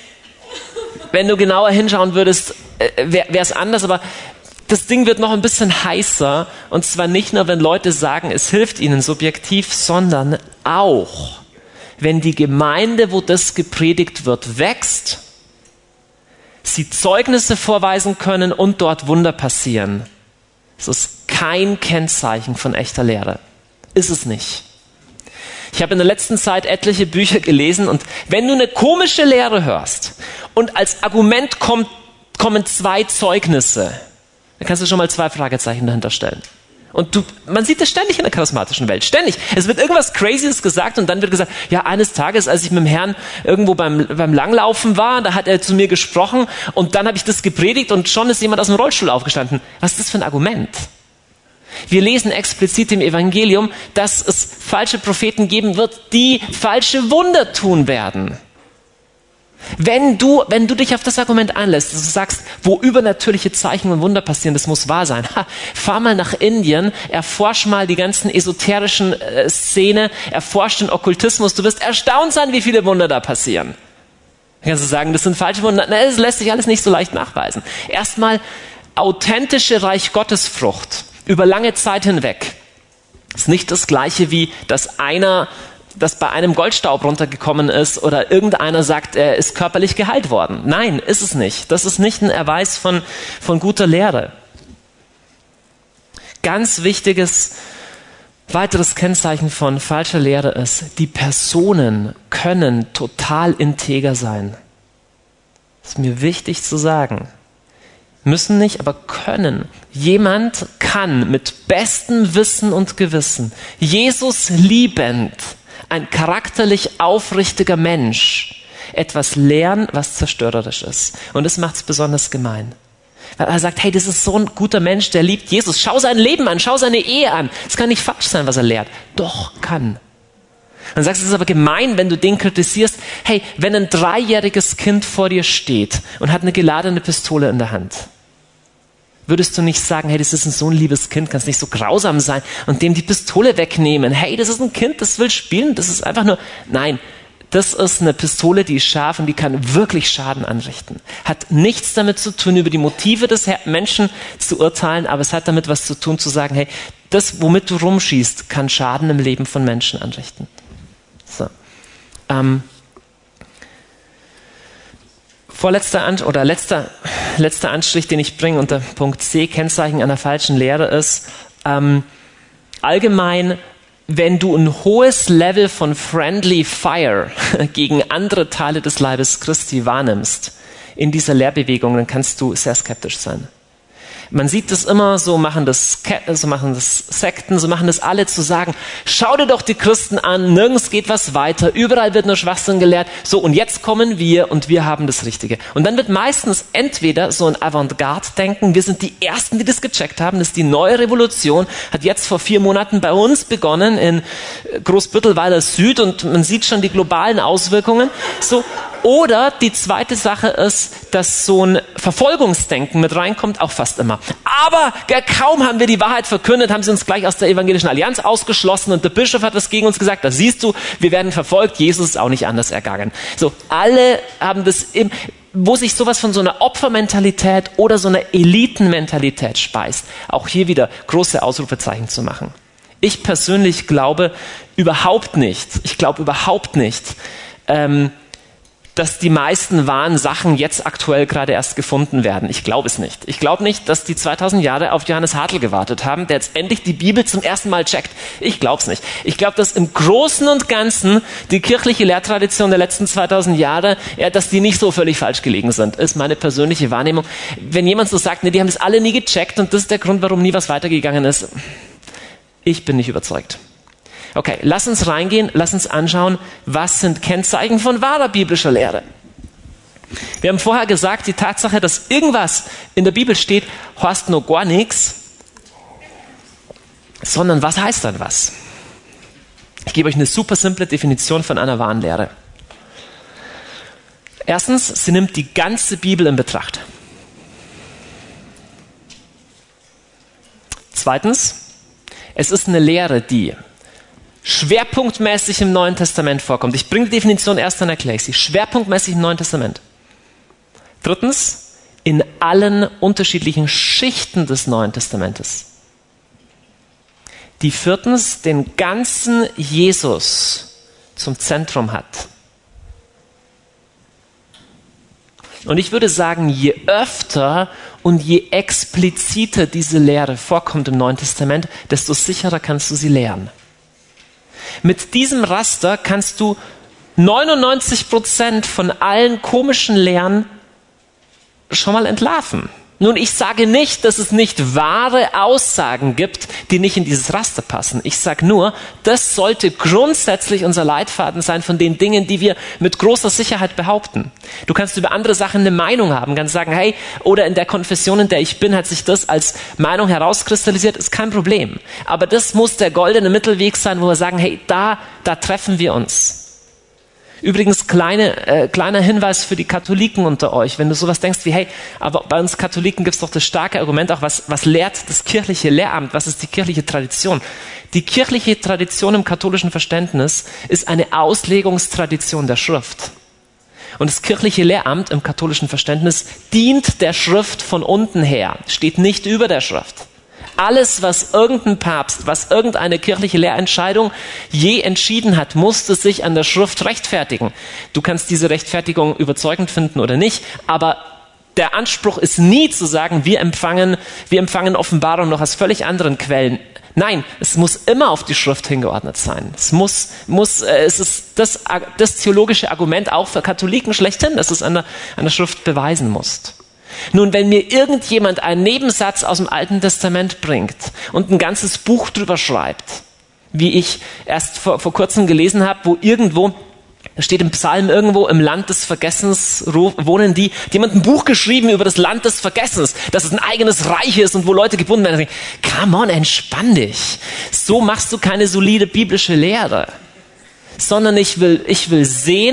wenn du genauer hinschauen würdest, wäre es anders, aber das Ding wird noch ein bisschen heißer, und zwar nicht nur, wenn Leute sagen, es hilft ihnen subjektiv, sondern auch, wenn die Gemeinde, wo das gepredigt wird, wächst, sie Zeugnisse vorweisen können und dort Wunder passieren. Das ist kein Kennzeichen von echter Lehre. Ist es nicht. Ich habe in der letzten Zeit etliche Bücher gelesen, und wenn du eine komische Lehre hörst und als Argument kommen 2 Zeugnisse, dann kannst du schon mal 2 Fragezeichen dahinter stellen. Und man sieht das ständig in der charismatischen Welt. Ständig. Es wird irgendwas Crazyes gesagt und dann wird gesagt, ja, eines Tages, als ich mit dem Herrn irgendwo beim Langlaufen war, da hat er zu mir gesprochen und dann habe ich das gepredigt und schon ist jemand aus dem Rollstuhl aufgestanden. Was ist das für ein Argument? Wir lesen explizit im Evangelium, dass es falsche Propheten geben wird, die falsche Wunder tun werden. Wenn du dich auf das Argument einlässt, dass du sagst, wo übernatürliche Zeichen und Wunder passieren, das muss wahr sein. Fahr mal nach Indien, erforsch mal die ganzen esoterischen Szene, erforsch den Okkultismus, du wirst erstaunt sein, wie viele Wunder da passieren. Dann kannst du sagen, das sind falsche Wunder. Nein, das lässt sich alles nicht so leicht nachweisen. Erstmal authentische Reich Gottes Frucht über lange Zeit hinweg ist nicht das Gleiche wie, dass bei einem Goldstaub runtergekommen ist oder irgendeiner sagt, er ist körperlich geheilt worden. Nein, ist es nicht. Das ist nicht ein Erweis von guter Lehre. Ganz wichtiges weiteres Kennzeichen von falscher Lehre ist, die Personen können total integer sein. Das ist mir wichtig zu sagen. Müssen nicht, aber können. Jemand kann mit bestem Wissen und Gewissen, Jesus liebend, ein charakterlich aufrichtiger Mensch, etwas lernen, was zerstörerisch ist. Und das macht es besonders gemein. Weil er sagt, hey, das ist so ein guter Mensch, der liebt Jesus. Schau sein Leben an, schau seine Ehe an. Es kann nicht falsch sein, was er lehrt. Doch, kann. Dann sagst du, es ist aber gemein, wenn du den kritisierst. Hey, wenn ein 3-jähriges Kind vor dir steht und hat eine geladene Pistole in der Hand, Würdest du nicht sagen, hey, das ist so ein liebes Kind, kannst nicht so grausam sein und dem die Pistole wegnehmen. Hey, das ist ein Kind, das will spielen, das ist einfach nur... Nein, das ist eine Pistole, die ist scharf und die kann wirklich Schaden anrichten. Hat nichts damit zu tun, über die Motive des Menschen zu urteilen, aber es hat damit was zu tun, zu sagen, hey, das, womit du rumschießt, kann Schaden im Leben von Menschen anrichten. So. Letzter Anstrich, den ich bringe unter Punkt C, Kennzeichen einer falschen Lehre ist, allgemein, wenn du ein hohes Level von Friendly Fire gegen andere Teile des Leibes Christi wahrnimmst in dieser Lehrbewegung, dann kannst du sehr skeptisch sein. Man sieht das immer, so machen das Sekten, so machen das alle, zu sagen, schau dir doch die Christen an, nirgends geht was weiter, überall wird nur Schwachsinn gelehrt, so und jetzt kommen wir und wir haben das Richtige. Und dann wird meistens entweder so ein Avantgarde-Denken, wir sind die Ersten, die das gecheckt haben, das ist die neue Revolution, hat jetzt vor 4 Monaten bei uns begonnen in Großbüttelweiler Süd und man sieht schon die globalen Auswirkungen, so. Oder die zweite Sache ist, dass so ein Verfolgungsdenken mit reinkommt, auch fast immer. Aber kaum haben wir die Wahrheit verkündet, haben sie uns gleich aus der Evangelischen Allianz ausgeschlossen und der Bischof hat was gegen uns gesagt. Da siehst du, wir werden verfolgt, Jesus ist auch nicht anders ergangen. So, alle haben das, wo sich sowas von so einer Opfermentalität oder so einer Elitenmentalität speist. Auch hier wieder große Ausrufezeichen zu machen. Ich persönlich glaube überhaupt nicht, dass die meisten wahren Sachen jetzt aktuell gerade erst gefunden werden. Ich glaube es nicht. Ich glaube nicht, dass die 2000 Jahre auf Johannes Hartl gewartet haben, der jetzt endlich die Bibel zum ersten Mal checkt. Ich glaube es nicht. Ich glaube, dass im Großen und Ganzen die kirchliche Lehrtradition der letzten 2000 Jahre, dass die nicht so völlig falsch gelegen sind, ist meine persönliche Wahrnehmung. Wenn jemand so sagt, nee, die haben das alle nie gecheckt und das ist der Grund, warum nie was weitergegangen ist, ich bin nicht überzeugt. Okay, lass uns reingehen, lass uns anschauen, was sind Kennzeichen von wahrer biblischer Lehre. Wir haben vorher gesagt, die Tatsache, dass irgendwas in der Bibel steht, heißt noch gar nichts, sondern was heißt dann was? Ich gebe euch eine super simple Definition von einer wahren Lehre. Erstens, sie nimmt die ganze Bibel in Betracht. Zweitens, es ist eine Lehre, die schwerpunktmäßig im Neuen Testament vorkommt. Ich bringe die Definition erst, dann erkläre ich sie. Schwerpunktmäßig im Neuen Testament. Drittens, in allen unterschiedlichen Schichten des Neuen Testamentes. Die viertens, den ganzen Jesus zum Zentrum hat. Und ich würde sagen, je öfter und je expliziter diese Lehre vorkommt im Neuen Testament, desto sicherer kannst du sie lehren. Mit diesem Raster kannst du 99% von allen komischen Lehren schon mal entlarven. Nun, ich sage nicht, dass es nicht wahre Aussagen gibt, die nicht in dieses Raster passen. Ich sage nur, das sollte grundsätzlich unser Leitfaden sein von den Dingen, die wir mit großer Sicherheit behaupten. Du kannst über andere Sachen eine Meinung haben, kannst sagen, hey, oder in der Konfession, in der ich bin, hat sich das als Meinung herauskristallisiert, ist kein Problem. Aber das muss der goldene Mittelweg sein, wo wir sagen, hey, da treffen wir uns. Übrigens, kleiner Hinweis für die Katholiken unter euch, wenn du sowas denkst wie, hey, aber bei uns Katholiken gibt es doch das starke Argument auch, was lehrt das kirchliche Lehramt, was ist die kirchliche Tradition? Die kirchliche Tradition im katholischen Verständnis ist eine Auslegungstradition der Schrift. Und das kirchliche Lehramt im katholischen Verständnis dient der Schrift von unten her, steht nicht über der Schrift. Alles, was irgendein Papst, was irgendeine kirchliche Lehrentscheidung je entschieden hat, musste sich an der Schrift rechtfertigen. Du kannst diese Rechtfertigung überzeugend finden oder nicht, aber der Anspruch ist nie zu sagen, wir empfangen Offenbarung noch aus völlig anderen Quellen. Nein, es muss immer auf die Schrift hingeordnet sein. Es ist das theologische Argument auch für Katholiken schlechthin, dass es an der Schrift beweisen musst. Nun, wenn mir irgendjemand einen Nebensatz aus dem Alten Testament bringt und ein ganzes Buch drüber schreibt, wie ich erst vor kurzem gelesen habe, wo irgendwo, da steht im Psalm irgendwo, im Land des Vergessens wohnen die haben ein Buch geschrieben über das Land des Vergessens, dass es ein eigenes Reich ist und wo Leute gebunden werden. Come on, entspann dich. So machst du keine solide biblische Lehre. Sondern ich will sehen,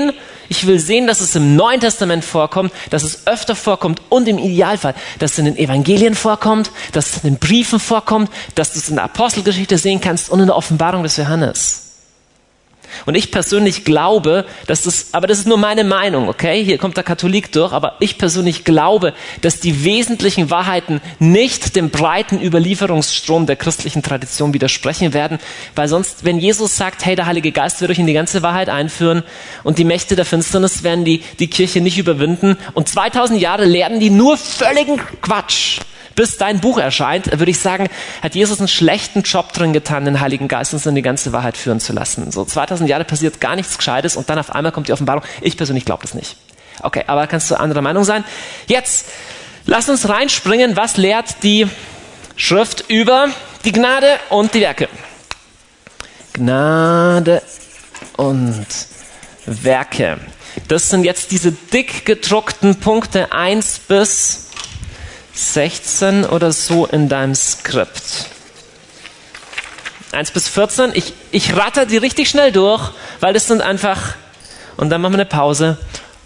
Ich will sehen, dass es im Neuen Testament vorkommt, dass es öfter vorkommt und im Idealfall, dass es in den Evangelien vorkommt, dass es in den Briefen vorkommt, dass du es in der Apostelgeschichte sehen kannst und in der Offenbarung des Johannes. Und ich persönlich glaube, aber das ist nur meine Meinung, okay? Hier kommt der Katholik durch, aber ich persönlich glaube, dass die wesentlichen Wahrheiten nicht dem breiten Überlieferungsstrom der christlichen Tradition widersprechen werden, weil sonst, wenn Jesus sagt, hey, der Heilige Geist wird euch in die ganze Wahrheit einführen und die Mächte der Finsternis werden die Kirche nicht überwinden und 2000 Jahre lehren die nur völligen Quatsch. Bis dein Buch erscheint, würde ich sagen, hat Jesus einen schlechten Job drin getan, den Heiligen Geist uns in die ganze Wahrheit führen zu lassen. So 2000 Jahre passiert gar nichts Gescheites und dann auf einmal kommt die Offenbarung. Ich persönlich glaube das nicht. Okay, aber kannst du anderer Meinung sein? Jetzt, lass uns reinspringen. Was lehrt die Schrift über die Gnade und die Werke? Gnade und Werke. Das sind jetzt diese dick gedruckten Punkte 1 bis 16 oder so in deinem Skript. 1 bis 14. Ich ratter die richtig schnell durch, weil das sind einfach, und dann machen wir eine Pause,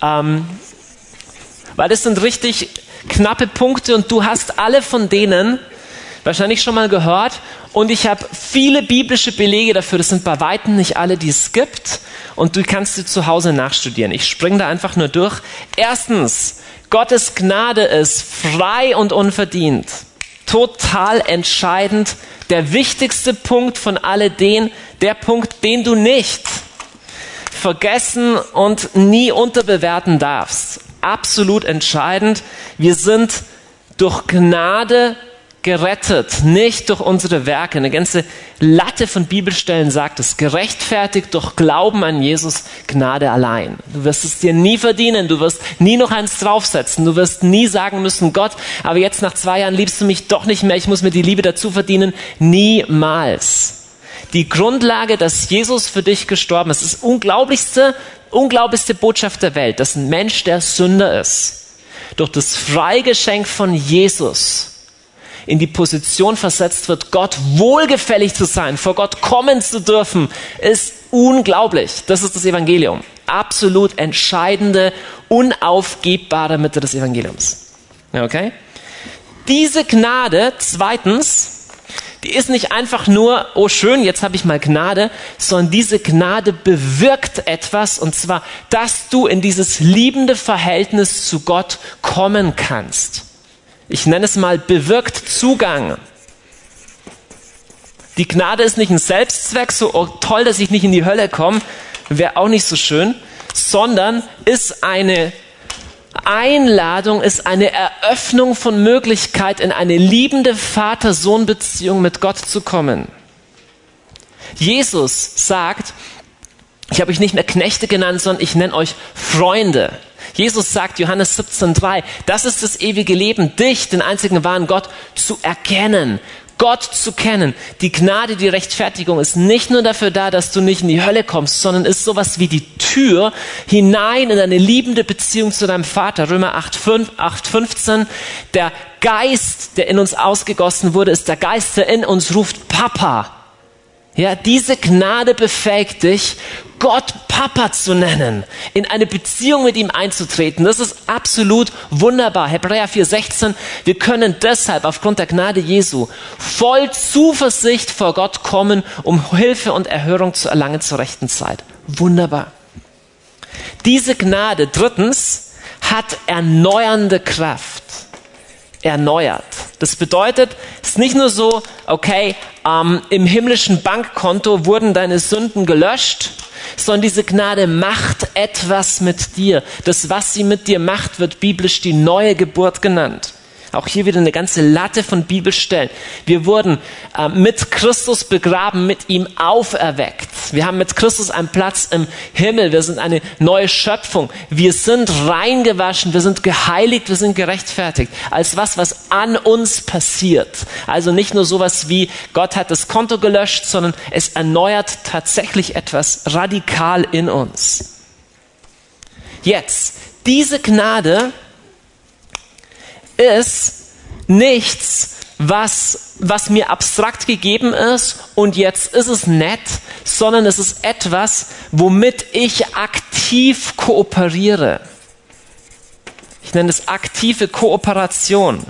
weil das sind richtig knappe Punkte und du hast alle von denen wahrscheinlich schon mal gehört und ich habe viele biblische Belege dafür. Das sind bei weitem nicht alle, die es gibt und du kannst sie zu Hause nachstudieren. Ich springe da einfach nur durch. Erstens, Gottes Gnade ist frei und unverdient. Total entscheidend. Der wichtigste Punkt von alledem, der Punkt, den du nicht vergessen und nie unterbewerten darfst. Absolut entscheidend. Wir sind durch Gnade gerettet, nicht durch unsere Werke. Eine ganze Latte von Bibelstellen sagt es. Gerechtfertigt durch Glauben an Jesus, Gnade allein. Du wirst es dir nie verdienen, du wirst nie noch eins draufsetzen, du wirst nie sagen müssen, Gott, aber jetzt nach 2 Jahren liebst du mich doch nicht mehr, ich muss mir die Liebe dazu verdienen. Niemals. Die Grundlage, dass Jesus für dich gestorben ist, ist die unglaublichste Botschaft der Welt, dass ein Mensch der Sünder ist. Durch das Freigeschenk von Jesus in die Position versetzt wird, Gott wohlgefällig zu sein, vor Gott kommen zu dürfen, ist unglaublich. Das ist das Evangelium. Absolut entscheidende, unaufgebbare Mitte des Evangeliums. Okay? Diese Gnade, zweitens, die ist nicht einfach nur, oh schön, jetzt habe ich mal Gnade, sondern diese Gnade bewirkt etwas, und zwar, dass du in dieses liebende Verhältnis zu Gott kommen kannst. Ich nenne es mal bewirkt Zugang. Die Gnade ist nicht ein Selbstzweck, so oh, toll, dass ich nicht in die Hölle komme, wäre auch nicht so schön, sondern ist eine Einladung, ist eine Eröffnung von Möglichkeit, in eine liebende Vater-Sohn-Beziehung mit Gott zu kommen. Jesus sagt, ich habe euch nicht mehr Knechte genannt, sondern ich nenne euch Freunde. Jesus sagt, Johannes 17,3, das ist das ewige Leben, dich, den einzigen wahren Gott, zu erkennen, Gott zu kennen. Die Gnade, die Rechtfertigung ist nicht nur dafür da, dass du nicht in die Hölle kommst, sondern ist sowas wie die Tür hinein in eine liebende Beziehung zu deinem Vater. Römer 8,15, der Geist, der in uns ausgegossen wurde, ist der Geist, der in uns ruft, Papa. Ja, diese Gnade befähigt dich, Gott Papa zu nennen, in eine Beziehung mit ihm einzutreten. Das ist absolut wunderbar. Hebräer 4,16, wir können deshalb aufgrund der Gnade Jesu voll Zuversicht vor Gott kommen, um Hilfe und Erhörung zu erlangen zur rechten Zeit. Wunderbar. Diese Gnade, drittens, hat erneuernde Kraft. Erneuert. Das bedeutet, es ist nicht nur so, okay, im himmlischen Bankkonto wurden deine Sünden gelöscht, sondern diese Gnade macht etwas mit dir. Das, was sie mit dir macht, wird biblisch die neue Geburt genannt. Auch hier wieder eine ganze Latte von Bibelstellen. Wir wurden mit Christus begraben, mit ihm auferweckt. Wir haben mit Christus einen Platz im Himmel. Wir sind eine neue Schöpfung. Wir sind reingewaschen, wir sind geheiligt, wir sind gerechtfertigt. Als was an uns passiert. Also nicht nur sowas wie, Gott hat das Konto gelöscht, sondern es erneuert tatsächlich etwas radikal in uns. Jetzt, diese Gnade ist nichts, was mir abstrakt gegeben ist und jetzt ist es nett, sondern es ist etwas, womit ich aktiv kooperiere. Ich nenne es aktive Kooperation.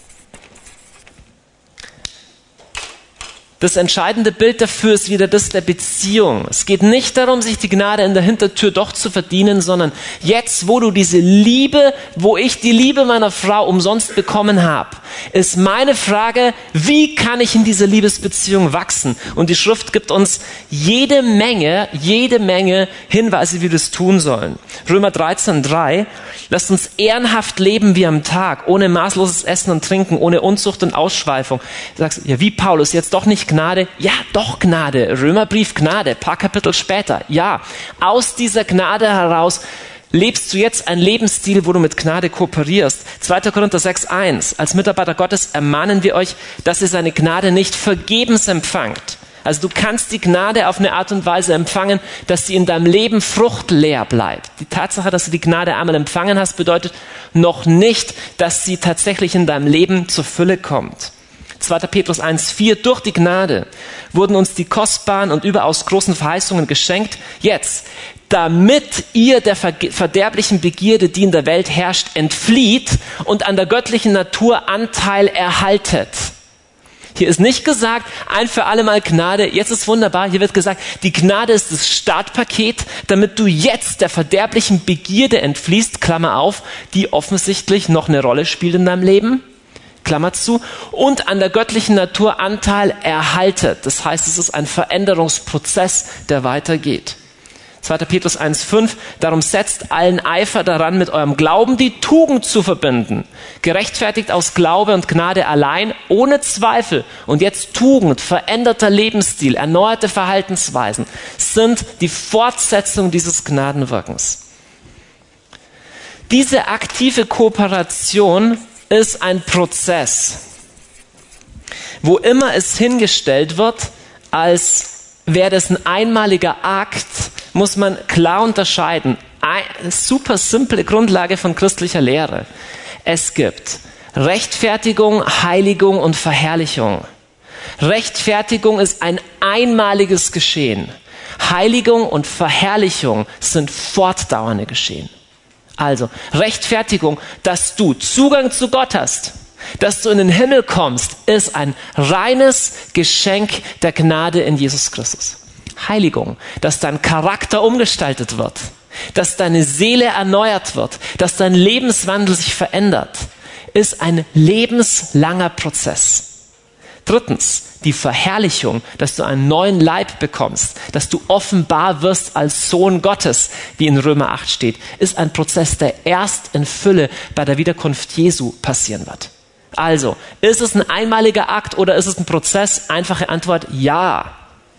Das entscheidende Bild dafür ist wieder das der Beziehung. Es geht nicht darum, sich die Gnade in der Hintertür doch zu verdienen, sondern jetzt, wo du diese Liebe, wo ich die Liebe meiner Frau umsonst bekommen habe, ist meine Frage, wie kann ich in dieser Liebesbeziehung wachsen? Und die Schrift gibt uns jede Menge Hinweise, wie wir das tun sollen. Römer 13,3, lasst uns ehrenhaft leben wie am Tag, ohne maßloses Essen und Trinken, ohne Unzucht und Ausschweifung. Du sagst, ja, wie Paulus, jetzt doch nicht Gnade? Ja, doch Gnade. Römerbrief Gnade, paar Kapitel später. Ja, aus dieser Gnade heraus lebst du jetzt einen Lebensstil, wo du mit Gnade kooperierst. 2. Korinther 6,1. Als Mitarbeiter Gottes ermahnen wir euch, dass ihr seine Gnade nicht vergebens empfangt. Also du kannst die Gnade auf eine Art und Weise empfangen, dass sie in deinem Leben fruchtleer bleibt. Die Tatsache, dass du die Gnade einmal empfangen hast, bedeutet noch nicht, dass sie tatsächlich in deinem Leben zur Fülle kommt. 2. Petrus 1,4, durch die Gnade wurden uns die kostbaren und überaus großen Verheißungen geschenkt, jetzt, damit ihr der verderblichen Begierde, die in der Welt herrscht, entflieht und an der göttlichen Natur Anteil erhaltet. Hier ist nicht gesagt, ein für alle Mal Gnade, jetzt ist wunderbar, hier wird gesagt, die Gnade ist das Startpaket, damit du jetzt der verderblichen Begierde entfliehst, Klammer auf, die offensichtlich noch eine Rolle spielt in deinem Leben, Klammer zu, und an der göttlichen Natur Anteil erhaltet. Das heißt, es ist ein Veränderungsprozess, der weitergeht. 2. Petrus 1,5, darum setzt allen Eifer daran, mit eurem Glauben die Tugend zu verbinden. Gerechtfertigt aus Glaube und Gnade allein, ohne Zweifel. Und jetzt Tugend, veränderter Lebensstil, erneuerte Verhaltensweisen sind die Fortsetzung dieses Gnadenwirkens. Diese aktive Kooperation ist ein Prozess, wo immer es hingestellt wird, als wäre das ein einmaliger Akt, muss man klar unterscheiden. Eine super simple Grundlage von christlicher Lehre. Es gibt Rechtfertigung, Heiligung und Verherrlichung. Rechtfertigung ist ein einmaliges Geschehen. Heiligung und Verherrlichung sind fortdauernde Geschehen. Also Rechtfertigung, dass du Zugang zu Gott hast, dass du in den Himmel kommst, ist ein reines Geschenk der Gnade in Jesus Christus. Heiligung, dass dein Charakter umgestaltet wird, dass deine Seele erneuert wird, dass dein Lebenswandel sich verändert, ist ein lebenslanger Prozess. Drittens, die Verherrlichung, dass du einen neuen Leib bekommst, dass du offenbar wirst als Sohn Gottes, wie in Römer 8 steht, ist ein Prozess, der erst in Fülle bei der Wiederkunft Jesu passieren wird. Also, ist es ein einmaliger Akt oder ist es ein Prozess? Einfache Antwort, ja.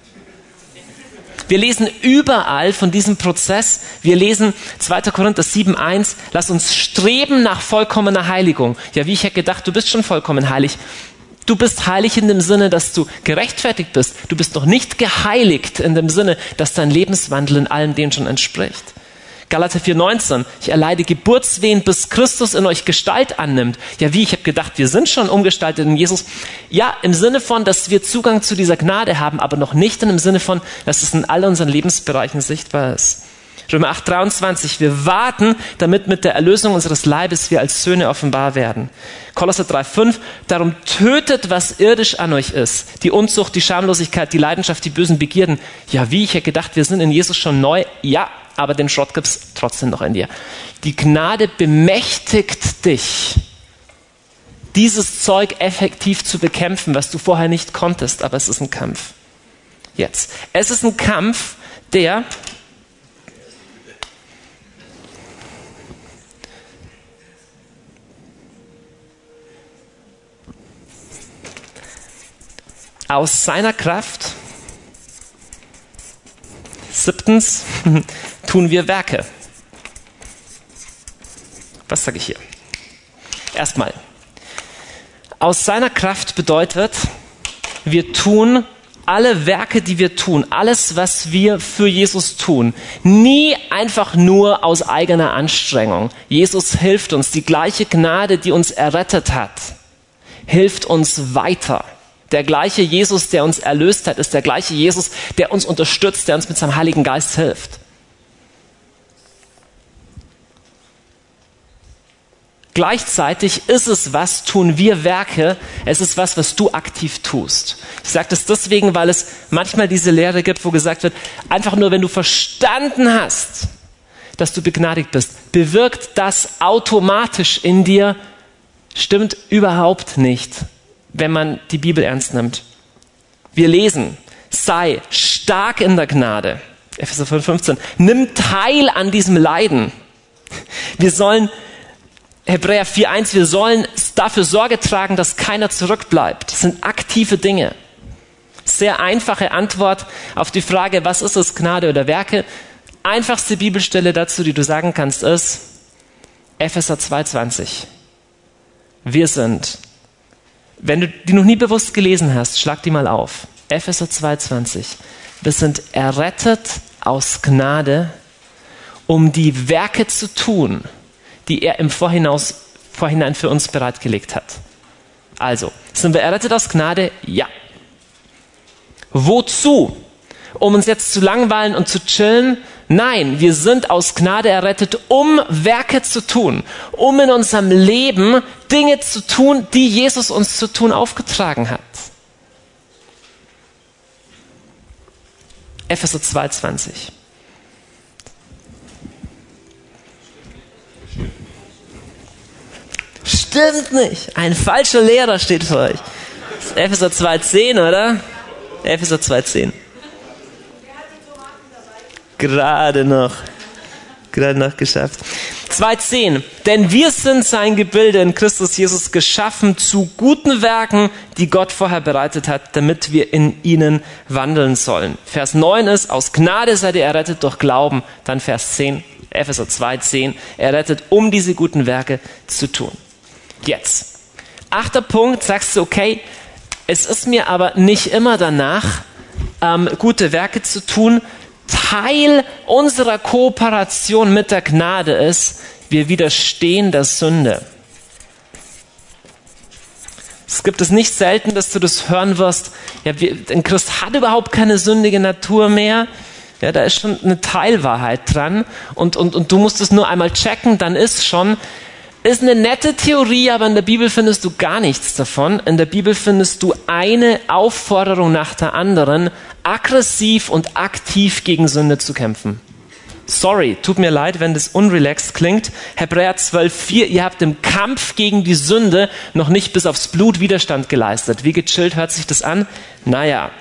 Wir lesen überall von diesem Prozess. Wir lesen 2. Korinther 7,1, lass uns streben nach vollkommener Heiligung. Ja, wie ich hätte gedacht, du bist schon vollkommen heilig. Du bist heilig in dem Sinne, dass du gerechtfertigt bist. Du bist noch nicht geheiligt in dem Sinne, dass dein Lebenswandel in allem dem schon entspricht. Galater 4,19, ich erleide Geburtswehen, bis Christus in euch Gestalt annimmt. Ja, wie? Ich habe gedacht, wir sind schon umgestaltet in Jesus. Ja, im Sinne von, dass wir Zugang zu dieser Gnade haben, aber noch nicht in dem Sinne von, dass es in all unseren Lebensbereichen sichtbar ist. Römer 8,23, wir warten, damit mit der Erlösung unseres Leibes wir als Söhne offenbar werden. Kolosser 3,5, darum tötet, was irdisch an euch ist. Die Unzucht, die Schamlosigkeit, die Leidenschaft, die bösen Begierden. Ja, wie? Ich hätte gedacht, wir sind in Jesus schon neu. Ja, aber den Schrott gibt's trotzdem noch in dir. Die Gnade bemächtigt dich, dieses Zeug effektiv zu bekämpfen, was du vorher nicht konntest, aber es ist ein Kampf. Jetzt. Es ist ein Kampf, der aus seiner Kraft, 7. tun wir Werke. Was sage ich hier? Erstmal, aus seiner Kraft bedeutet, wir tun alle Werke, die wir tun, alles, was wir für Jesus tun, nie einfach nur aus eigener Anstrengung. Jesus hilft uns, die gleiche Gnade, die uns errettet hat, hilft uns weiter. Der gleiche Jesus, der uns erlöst hat, ist der gleiche Jesus, der uns unterstützt, der uns mit seinem Heiligen Geist hilft. Gleichzeitig ist es was, tun wir Werke, es ist was du aktiv tust. Ich sage das deswegen, weil es manchmal diese Lehre gibt, wo gesagt wird, einfach nur wenn du verstanden hast, dass du begnadigt bist, bewirkt das automatisch in dir, stimmt überhaupt nicht, wenn man die Bibel ernst nimmt. Wir lesen, sei stark in der Gnade, Epheser 5,15, nimm teil an diesem Leiden. Wir sollen Hebräer 4,1, wir sollen dafür Sorge tragen, dass keiner zurückbleibt. Das sind aktive Dinge. Sehr einfache Antwort auf die Frage, was ist es, Gnade oder Werke? Einfachste Bibelstelle dazu, die du sagen kannst, ist Epheser 2,20. Wir sind, wenn du die noch nie bewusst gelesen hast, schlag die mal auf. Epheser 2,20. Wir sind errettet aus Gnade, um die Werke zu tun, die er im Vorhinein für uns bereitgelegt hat. Also, sind wir errettet aus Gnade? Ja. Wozu? Um uns jetzt zu langweilen und zu chillen? Nein, wir sind aus Gnade errettet, um Werke zu tun, um in unserem Leben Dinge zu tun, die Jesus uns zu tun aufgetragen hat. Epheser 2,20. Stimmt nicht. Ein falscher Lehrer steht für euch. Das ist Epheser 2,10, oder? Epheser 2,10. Gerade noch geschafft. 2,10. Denn wir sind sein Gebilde in Christus Jesus geschaffen zu guten Werken, die Gott vorher bereitet hat, damit wir in ihnen wandeln sollen. Vers 9 ist, aus Gnade seid ihr errettet durch Glauben. Dann Vers 10, Epheser 2,10. Errettet, um diese guten Werke zu tun. Jetzt, 8. Punkt, sagst du, okay, es ist mir aber nicht immer danach, gute Werke zu tun. Teil unserer Kooperation mit der Gnade ist, wir widerstehen der Sünde. Es gibt es nicht selten, dass du das hören wirst, ja, ein Christ hat überhaupt keine sündige Natur mehr. Ja, da ist schon eine Teilwahrheit dran und du musst es nur einmal checken, dann ist schon. Ist eine nette Theorie, aber in der Bibel findest du gar nichts davon. In der Bibel findest du eine Aufforderung nach der anderen, aggressiv und aktiv gegen Sünde zu kämpfen. Sorry, tut mir leid, wenn das unrelaxed klingt. Hebräer 12,4, ihr habt im Kampf gegen die Sünde noch nicht bis aufs Blut Widerstand geleistet. Wie gechillt hört sich das an? Naja.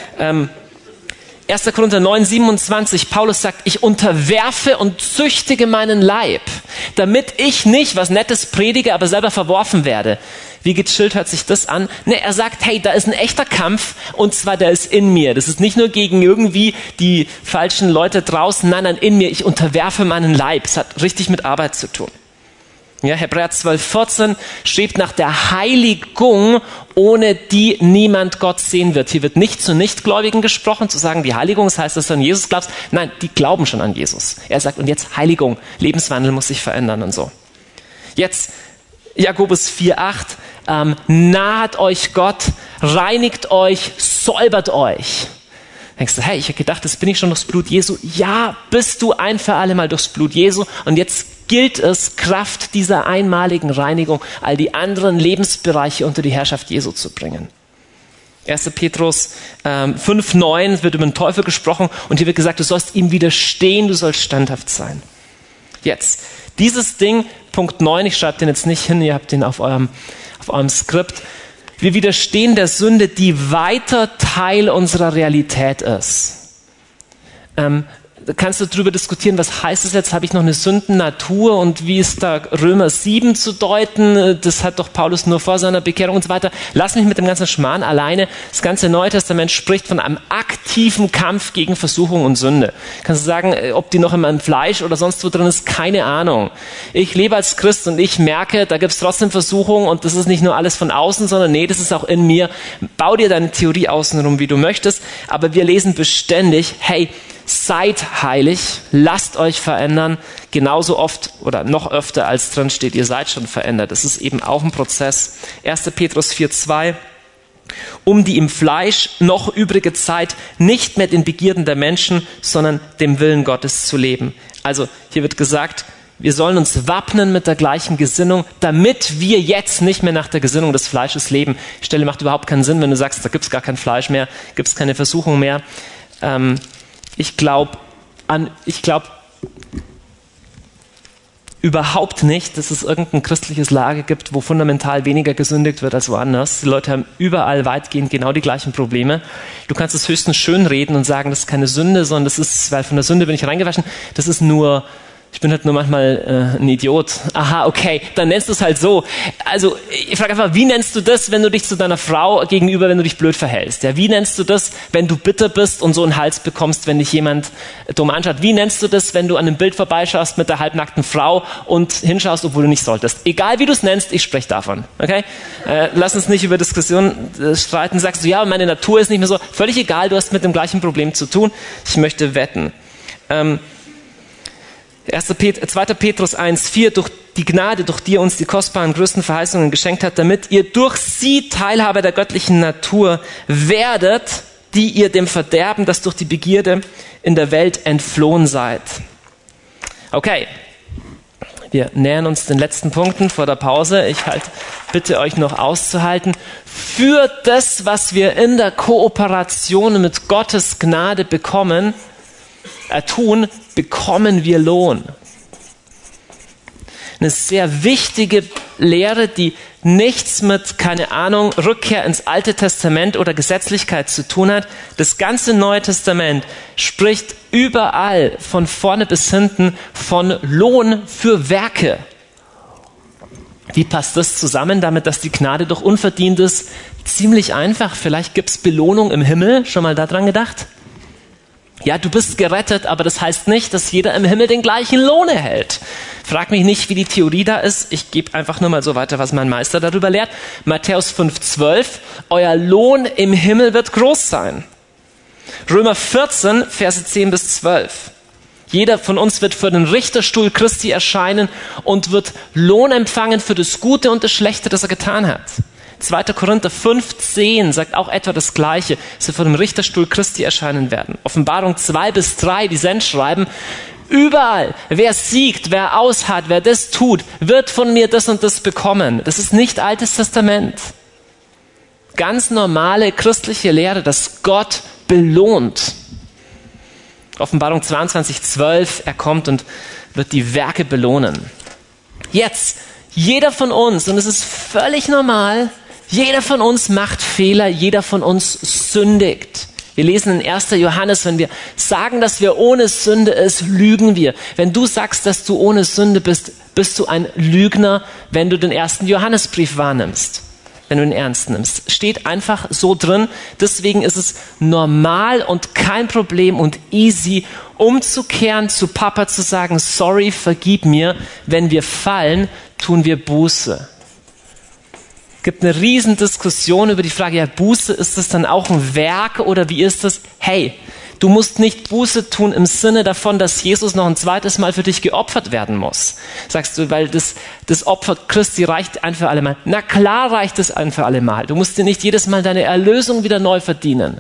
1. Korinther 9,27, Paulus sagt, ich unterwerfe und züchtige meinen Leib, damit ich nicht was Nettes predige, aber selber verworfen werde. Wie gechillt hört sich das an? Ne, er sagt, hey, da ist ein echter Kampf und zwar der ist in mir. Das ist nicht nur gegen irgendwie die falschen Leute draußen, nein, in mir. Ich unterwerfe meinen Leib. Es hat richtig mit Arbeit zu tun. Ja, Hebräer 12,14 strebt nach der Heiligung, ohne die niemand Gott sehen wird. Hier wird nicht zu Nichtgläubigen gesprochen, zu sagen, die Heiligung, das heißt, dass du an Jesus glaubst. Nein, die glauben schon an Jesus. Er sagt, und jetzt Heiligung, Lebenswandel muss sich verändern und so. Jetzt Jakobus 4,8, naht euch Gott, reinigt euch, säubert euch. Denkst du, hey, ich habe gedacht, das bin ich schon durchs Blut Jesu. Ja, bist du ein für alle Mal durchs Blut Jesu. Und jetzt gilt es, Kraft dieser einmaligen Reinigung, all die anderen Lebensbereiche unter die Herrschaft Jesu zu bringen. 1. Petrus 5,9 wird über den Teufel gesprochen und hier wird gesagt, du sollst ihm widerstehen, du sollst standhaft sein. Jetzt, dieses Ding, Punkt 9, ich schreibe den jetzt nicht hin, ihr habt den auf eurem Skript. Wir widerstehen der Sünde, die weiter Teil unserer Realität ist. Da kannst du darüber diskutieren, was heißt das jetzt? Habe ich noch eine Sündennatur und wie ist da Römer 7 zu deuten? Das hat doch Paulus nur vor seiner Bekehrung und so weiter. Lass mich mit dem ganzen Schmarrn alleine. Das ganze Neue Testament spricht von einem aktiven Kampf gegen Versuchung und Sünde. Kannst du sagen, ob die noch in meinem Fleisch oder sonst wo drin ist? Keine Ahnung. Ich lebe als Christ und ich merke, da gibt es trotzdem Versuchung und das ist nicht nur alles von außen, sondern nee, das ist auch in mir. Bau dir deine Theorie außenrum, wie du möchtest, aber wir lesen beständig, hey, seid heilig, lasst euch verändern, genauso oft oder noch öfter als drin steht, ihr seid schon verändert. Das ist eben auch ein Prozess. 1. Petrus 4,2 um die im Fleisch noch übrige Zeit nicht mehr den Begierden der Menschen, sondern dem Willen Gottes zu leben. Also hier wird gesagt, wir sollen uns wappnen mit der gleichen Gesinnung, damit wir jetzt nicht mehr nach der Gesinnung des Fleisches leben. Die Stelle macht überhaupt keinen Sinn, wenn du sagst, da gibt es gar kein Fleisch mehr, gibt es keine Versuchung mehr. Ich glaube überhaupt nicht, dass es irgendein christliches Lager gibt, wo fundamental weniger gesündigt wird als woanders. Die Leute haben überall weitgehend genau die gleichen Probleme. Du kannst es höchstens schönreden und sagen, das ist keine Sünde, sondern das ist, weil von der Sünde bin ich reingewaschen, das ist nur, ich bin halt nur manchmal ein Idiot. Aha, okay, dann nennst du es halt so. Also ich frage einfach, wie nennst du das, wenn du dich zu deiner Frau gegenüber, wenn du dich blöd verhältst? Ja, wie nennst du das, wenn du bitter bist und so einen Hals bekommst, wenn dich jemand dumm anschaut? Wie nennst du das, wenn du an einem Bild vorbeischaust mit der halbnackten Frau und hinschaust, obwohl du nicht solltest? Egal wie du es nennst, ich spreche davon. Okay? Lass uns nicht über Diskussionen streiten. Sagst du, ja, meine Natur ist nicht mehr so. Völlig egal, du hast mit dem gleichen Problem zu tun. Ich möchte wetten. 2. Petrus 1,4 durch die Gnade, durch die er uns die kostbaren größten Verheißungen geschenkt hat, damit ihr durch sie Teilhaber der göttlichen Natur werdet, die ihr dem Verderben, das durch die Begierde in der Welt entflohen seid. Okay, wir nähern uns den letzten Punkten vor der Pause. Ich bitte euch noch auszuhalten. Für das, was wir in der Kooperation mit Gottes Gnade bekommen, bekommen wir Lohn. Eine sehr wichtige Lehre, die nichts mit, keine Ahnung, Rückkehr ins Alte Testament oder Gesetzlichkeit zu tun hat. Das ganze Neue Testament spricht überall von vorne bis hinten von Lohn für Werke. Wie passt das zusammen damit, dass die Gnade doch unverdient ist? Ziemlich einfach. Vielleicht gibt es Belohnung im Himmel. Schon mal daran gedacht? Ja, du bist gerettet, aber das heißt nicht, dass jeder im Himmel den gleichen Lohn erhält. Frag mich nicht, wie die Theorie da ist. Ich gebe einfach nur mal so weiter, was mein Meister darüber lehrt. Matthäus 5,12. Euer Lohn im Himmel wird groß sein. Römer 14, Verse 10 bis 12. Jeder von uns wird vor den Richterstuhl Christi erscheinen und wird Lohn empfangen für das Gute und das Schlechte, das er getan hat. 2. Korinther 5,10 sagt auch etwa das Gleiche, dass wir vor dem Richterstuhl Christi erscheinen werden. Offenbarung 2 bis 3, die Sendschreiben, überall, wer siegt, wer ausharrt, wer das tut, wird von mir das und das bekommen. Das ist nicht Altes Testament. Ganz normale christliche Lehre, dass Gott belohnt. Offenbarung 22,12, er kommt und wird die Werke belohnen. Jetzt, jeder von uns, und es ist völlig normal, jeder von uns macht Fehler, jeder von uns sündigt. Wir lesen in 1. Johannes, wenn wir sagen, dass wir ohne Sünde ist, lügen wir. Wenn du sagst, dass du ohne Sünde bist, bist du ein Lügner, wenn du den 1. Johannesbrief wahrnimmst, wenn du ihn ernst nimmst. Steht einfach so drin. Deswegen ist es normal und kein Problem und easy, umzukehren, zu Papa zu sagen, sorry, vergib mir. Wenn wir fallen, tun wir Buße. Es gibt eine riesen Diskussion über die Frage, ja, Buße, ist das dann auch ein Werk oder wie ist das? Hey, du musst nicht Buße tun im Sinne davon, dass Jesus noch ein zweites Mal für dich geopfert werden muss. Sagst du, weil das Opfer Christi reicht ein für alle Mal. Na klar reicht es ein für alle Mal. Du musst dir nicht jedes Mal deine Erlösung wieder neu verdienen.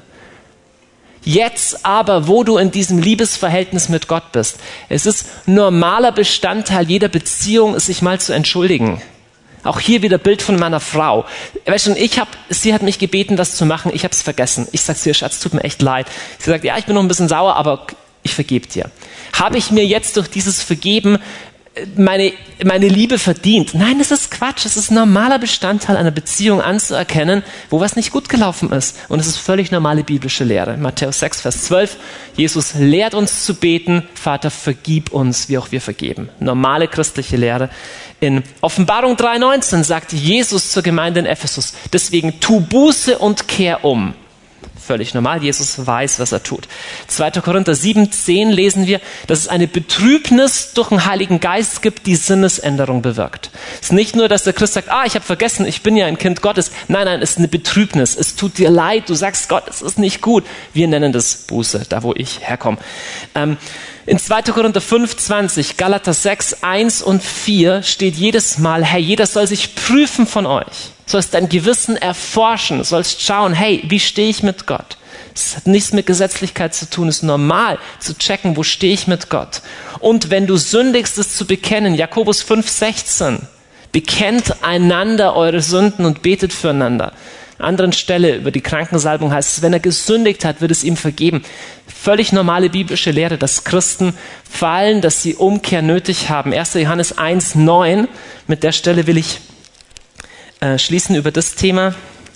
Jetzt aber, wo du in diesem Liebesverhältnis mit Gott bist, es ist normaler Bestandteil jeder Beziehung, sich mal zu entschuldigen. Auch hier wieder Bild von meiner Frau. Weißt du, sie hat mich gebeten, was zu machen, ich habe es vergessen. Ich sage ihr, Schatz, tut mir echt leid. Sie sagt, ja, ich bin noch ein bisschen sauer, aber ich vergebe dir. Habe ich mir jetzt durch dieses Vergeben meine Liebe verdient? Nein, das ist Quatsch. Es ist ein normaler Bestandteil einer Beziehung anzuerkennen, wo was nicht gut gelaufen ist. Und es ist völlig normale biblische Lehre. Matthäus 6, Vers 12. Jesus lehrt uns zu beten, Vater, vergib uns, wie auch wir vergeben. Normale christliche Lehre. In Offenbarung 3,19 sagt Jesus zur Gemeinde in Ephesus, deswegen tu Buße und kehr um. Völlig normal. Jesus weiß, was er tut. 2. Korinther 7,10 lesen wir, dass es eine Betrübnis durch den Heiligen Geist gibt, die Sinnesänderung bewirkt. Es ist nicht nur, dass der Christ sagt, ich habe vergessen, ich bin ja ein Kind Gottes. Nein, es ist eine Betrübnis. Es tut dir leid. Du sagst, Gott, es ist nicht gut. Wir nennen das Buße, da wo ich herkomme. In 2. Korinther 5,20, Galater 6, 1 und 4 steht jedes Mal, hey, jeder soll sich prüfen von euch. Du sollst dein Gewissen erforschen. Du sollst schauen, hey, wie stehe ich mit Gott? Es hat nichts mit Gesetzlichkeit zu tun. Es ist normal zu checken, wo stehe ich mit Gott. Und wenn du sündigst, es zu bekennen. Jakobus 5,16. Bekennt einander eure Sünden und betet füreinander. An einer anderen Stelle über die Krankensalbung heißt es, wenn er gesündigt hat, wird es ihm vergeben. Völlig normale biblische Lehre, dass Christen fallen, dass sie Umkehr nötig haben. 1. Johannes 1,9. Mit der Stelle will ich schließen über das Thema.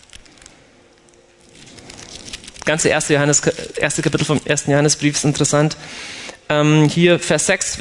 Das ganze 1. Kapitel vom 1. Johannesbrief ist interessant. Hier Vers 6,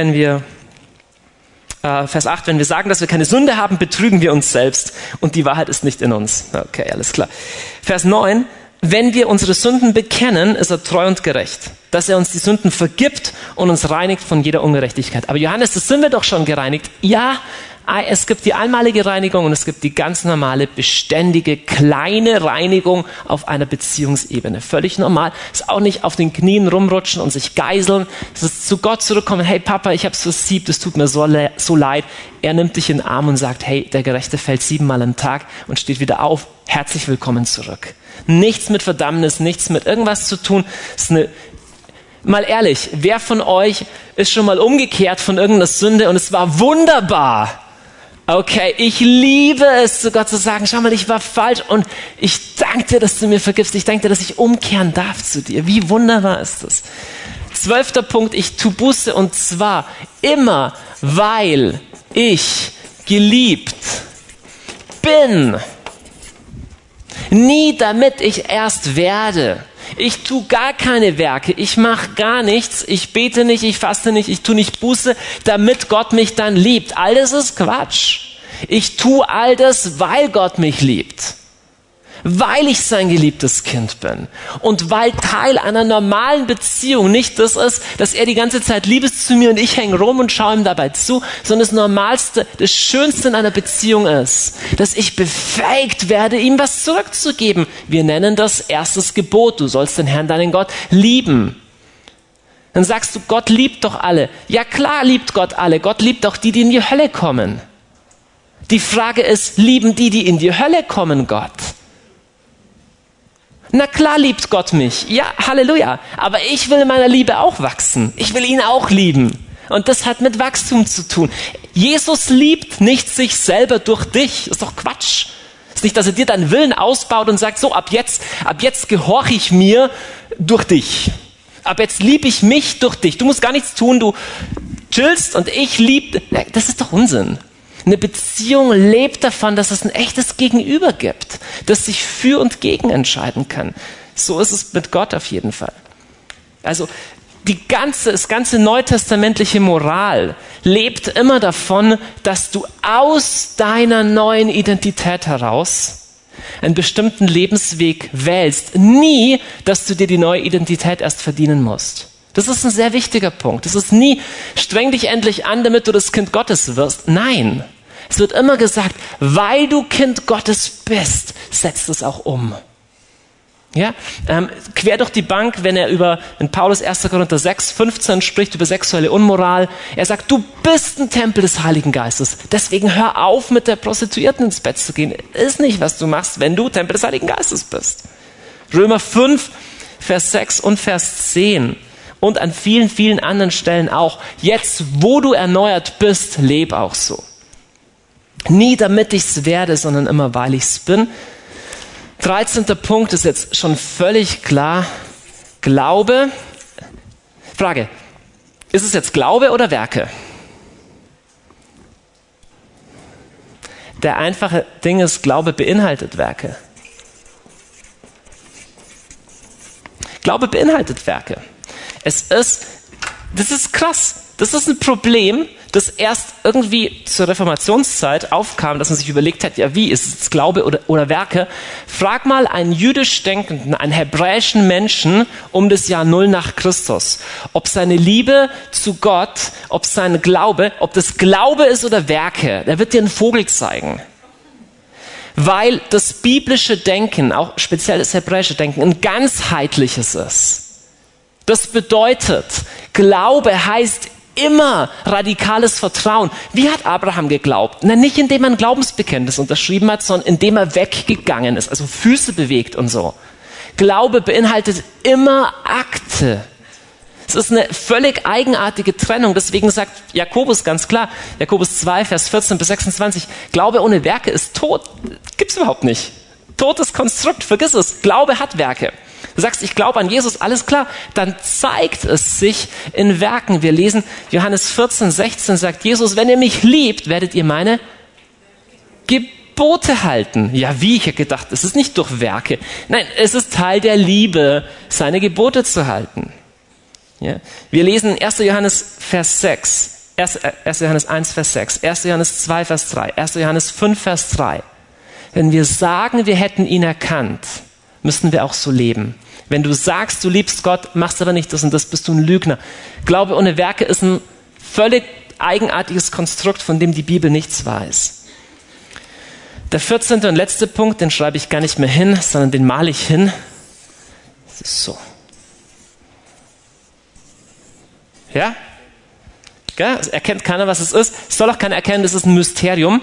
Vers 8, wenn wir sagen, dass wir keine Sünde haben, betrügen wir uns selbst und die Wahrheit ist nicht in uns. Okay, alles klar. Vers 9, wenn wir unsere Sünden bekennen, ist er treu und gerecht, dass er uns die Sünden vergibt und uns reinigt von jeder Ungerechtigkeit. Aber Johannes, das sind wir doch schon gereinigt. Ja, es gibt die einmalige Reinigung und es gibt die ganz normale, beständige, kleine Reinigung auf einer Beziehungsebene. Völlig normal. Ist auch nicht auf den Knien rumrutschen und sich geißeln. Es ist zu Gott zurückkommen. Hey Papa, ich hab's versiebt, es tut mir so leid. Er nimmt dich in den Arm und sagt, hey, der Gerechte fällt 7-mal am Tag und steht wieder auf. Herzlich willkommen zurück. Nichts mit Verdammnis, nichts mit irgendwas zu tun. Es ist mal ehrlich, wer von euch ist schon mal umgekehrt von irgendeiner Sünde und es war wunderbar? Okay, ich liebe es, zu Gott zu sagen, schau mal, ich war falsch und ich danke dir, dass du mir vergibst. Ich danke dir, dass ich umkehren darf zu dir. Wie wunderbar ist das? 12. Punkt, ich tu Buße und zwar immer, weil ich geliebt bin. Nie damit ich erst werde. Ich tue gar keine Werke, ich mache gar nichts, ich bete nicht, ich faste nicht, ich tue nicht Buße, damit Gott mich dann liebt. All das ist Quatsch. Ich tue all das, weil Gott mich liebt. Weil ich sein geliebtes Kind bin. Und weil Teil einer normalen Beziehung nicht das ist, dass er die ganze Zeit lieb ist zu mir und ich hänge rum und schaue ihm dabei zu, sondern das Normalste, das Schönste in einer Beziehung ist, dass ich befähigt werde, ihm was zurückzugeben. Wir nennen das erstes Gebot. Du sollst den Herrn, deinen Gott, lieben. Dann sagst du, Gott liebt doch alle. Ja klar liebt Gott alle. Gott liebt auch die, die in die Hölle kommen. Die Frage ist, lieben die in die Hölle kommen, Gott? Na klar liebt Gott mich. Ja, Halleluja. Aber ich will in meiner Liebe auch wachsen. Ich will ihn auch lieben. Und das hat mit Wachstum zu tun. Jesus liebt nicht sich selber durch dich. Das ist doch Quatsch. Das ist nicht, dass er dir deinen Willen ausbaut und sagt, so, ab jetzt gehorche ich mir durch dich. Ab jetzt liebe ich mich durch dich. Du musst gar nichts tun, du chillst und ich liebe. Das ist doch Unsinn. Eine Beziehung lebt davon, dass es ein echtes Gegenüber gibt, das sich für und gegen entscheiden kann. So ist es mit Gott auf jeden Fall. Also das ganze neutestamentliche Moral lebt immer davon, dass du aus deiner neuen Identität heraus einen bestimmten Lebensweg wählst. Nie, dass du dir die neue Identität erst verdienen musst. Das ist ein sehr wichtiger Punkt. Das ist nie, streng dich endlich an, damit du das Kind Gottes wirst. Nein. Es wird immer gesagt, weil du Kind Gottes bist, setzt es auch um. Ja? Quer durch die Bank, wenn Paulus 1. Korinther 6, 15 spricht über sexuelle Unmoral, er sagt, du bist ein Tempel des Heiligen Geistes. Deswegen hör auf, mit der Prostituierten ins Bett zu gehen. Ist nicht, was du machst, wenn du Tempel des Heiligen Geistes bist. Römer 5, Vers 6 und Vers 10. Und an vielen, vielen anderen Stellen auch. Jetzt, wo du erneuert bist, leb auch so. Nie damit ich's werde, sondern immer weil ich's bin. 13. Punkt ist jetzt schon völlig klar. Glaube. Frage. Ist es jetzt Glaube oder Werke? Der einfache Ding ist, Glaube beinhaltet Werke. Glaube beinhaltet Werke. Das ist krass. Das ist ein Problem, das erst irgendwie zur Reformationszeit aufkam, dass man sich überlegt hat, ja, wie ist es Glaube oder Werke? Frag mal einen jüdisch denkenden, einen hebräischen Menschen um das Jahr 0 nach Christus, ob seine Liebe zu Gott, ob sein Glaube, ob das Glaube ist oder Werke. Der wird dir einen Vogel zeigen. Weil das biblische Denken, auch speziell das hebräische Denken, ein ganzheitliches ist. Das bedeutet, Glaube heißt immer radikales Vertrauen. Wie hat Abraham geglaubt? Na, nicht indem er ein Glaubensbekenntnis unterschrieben hat, sondern indem er weggegangen ist, also Füße bewegt und so. Glaube beinhaltet immer Akte. Es ist eine völlig eigenartige Trennung. Deswegen sagt Jakobus ganz klar, Jakobus 2, Vers 14 bis 26, Glaube ohne Werke ist tot. Gibt's überhaupt nicht. Totes Konstrukt, vergiss es. Glaube hat Werke. Du sagst, ich glaube an Jesus, alles klar. Dann zeigt es sich in Werken. Wir lesen Johannes 14, 16 sagt Jesus, wenn ihr mich liebt, werdet ihr meine Gebote halten. Ja, wie? Ich habe gedacht, es ist nicht durch Werke. Nein, es ist Teil der Liebe, seine Gebote zu halten. Ja. Wir lesen 1. Johannes Vers 6, 1. Johannes 1 Vers 6, 1. Johannes 2 Vers 3, 1. Johannes 5 Vers 3. Wenn wir sagen, wir hätten ihn erkannt, müssten wir auch so leben. Wenn du sagst, du liebst Gott, machst aber nicht das und das, bist du ein Lügner. Glaube ohne Werke ist ein völlig eigenartiges Konstrukt, von dem die Bibel nichts weiß. Der 14. und letzte Punkt, den schreibe ich gar nicht mehr hin, sondern den male ich hin. Das ist so. Ja? Ja? Erkennt keiner, was es ist. Es soll auch keiner erkennen, das ist ein Mysterium.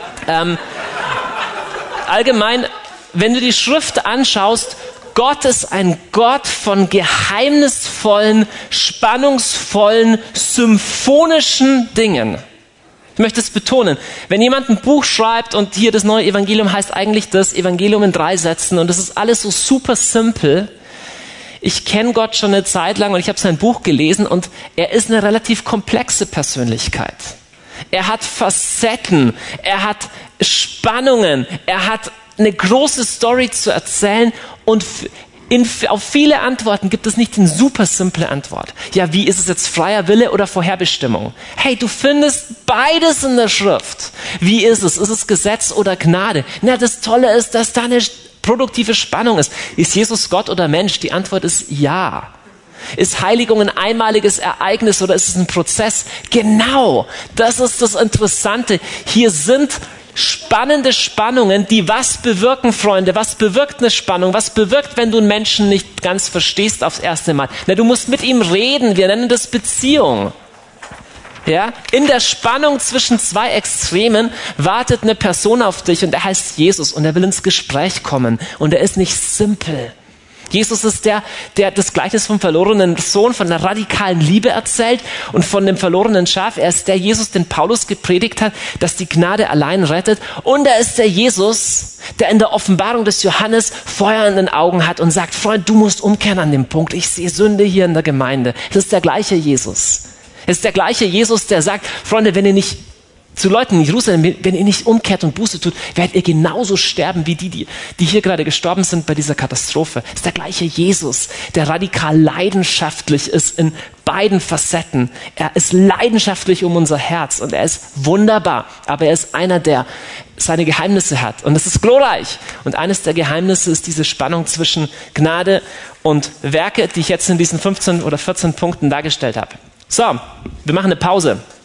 Allgemein, wenn du die Schrift anschaust, Gott ist ein Gott von geheimnisvollen, spannungsvollen, symphonischen Dingen. Ich möchte es betonen. Wenn jemand ein Buch schreibt und hier das neue Evangelium heißt eigentlich das Evangelium in 3 Sätzen und das ist alles so super simpel. Ich kenne Gott schon eine Zeit lang und ich habe sein Buch gelesen und er ist eine relativ komplexe Persönlichkeit. Er hat Facetten, er hat Spannungen, er hat eine große Story zu erzählen und auf viele Antworten gibt es nicht eine super simple Antwort. Ja, wie ist es jetzt freier Wille oder Vorherbestimmung? Hey, du findest beides in der Schrift. Wie ist es? Ist es Gesetz oder Gnade? Na, das Tolle ist, dass da eine produktive Spannung ist. Ist Jesus Gott oder Mensch? Die Antwort ist ja. Ist Heiligung ein einmaliges Ereignis oder ist es ein Prozess? Genau, das ist das Interessante. Hier sind spannende Spannungen, die was bewirken, Freunde? Was bewirkt eine Spannung? Was bewirkt, wenn du einen Menschen nicht ganz verstehst aufs erste Mal? Na, du musst mit ihm reden. Wir nennen das Beziehung. Ja? In der Spannung zwischen 2 Extremen wartet eine Person auf dich und er heißt Jesus und er will ins Gespräch kommen und er ist nicht simpel. Jesus ist der das Gleichnis vom verlorenen Sohn, von einer radikalen Liebe erzählt und von dem verlorenen Schaf. Er ist der Jesus, den Paulus gepredigt hat, dass die Gnade allein rettet. Und er ist der Jesus, der in der Offenbarung des Johannes Feuer in den Augen hat und sagt, Freund, du musst umkehren an dem Punkt. Ich sehe Sünde hier in der Gemeinde. Es ist der gleiche Jesus. Es ist der gleiche Jesus, der sagt, Freunde, wenn ihr nicht zu Leuten in Jerusalem, wenn ihr nicht umkehrt und Buße tut, werdet ihr genauso sterben wie die hier gerade gestorben sind bei dieser Katastrophe. Es ist der gleiche Jesus, der radikal leidenschaftlich ist in beiden Facetten. Er ist leidenschaftlich um unser Herz und er ist wunderbar, aber er ist einer, der seine Geheimnisse hat und das ist glorreich. Und eines der Geheimnisse ist diese Spannung zwischen Gnade und Werke, die ich jetzt in diesen 15 oder 14 Punkten dargestellt habe. So, wir machen eine Pause.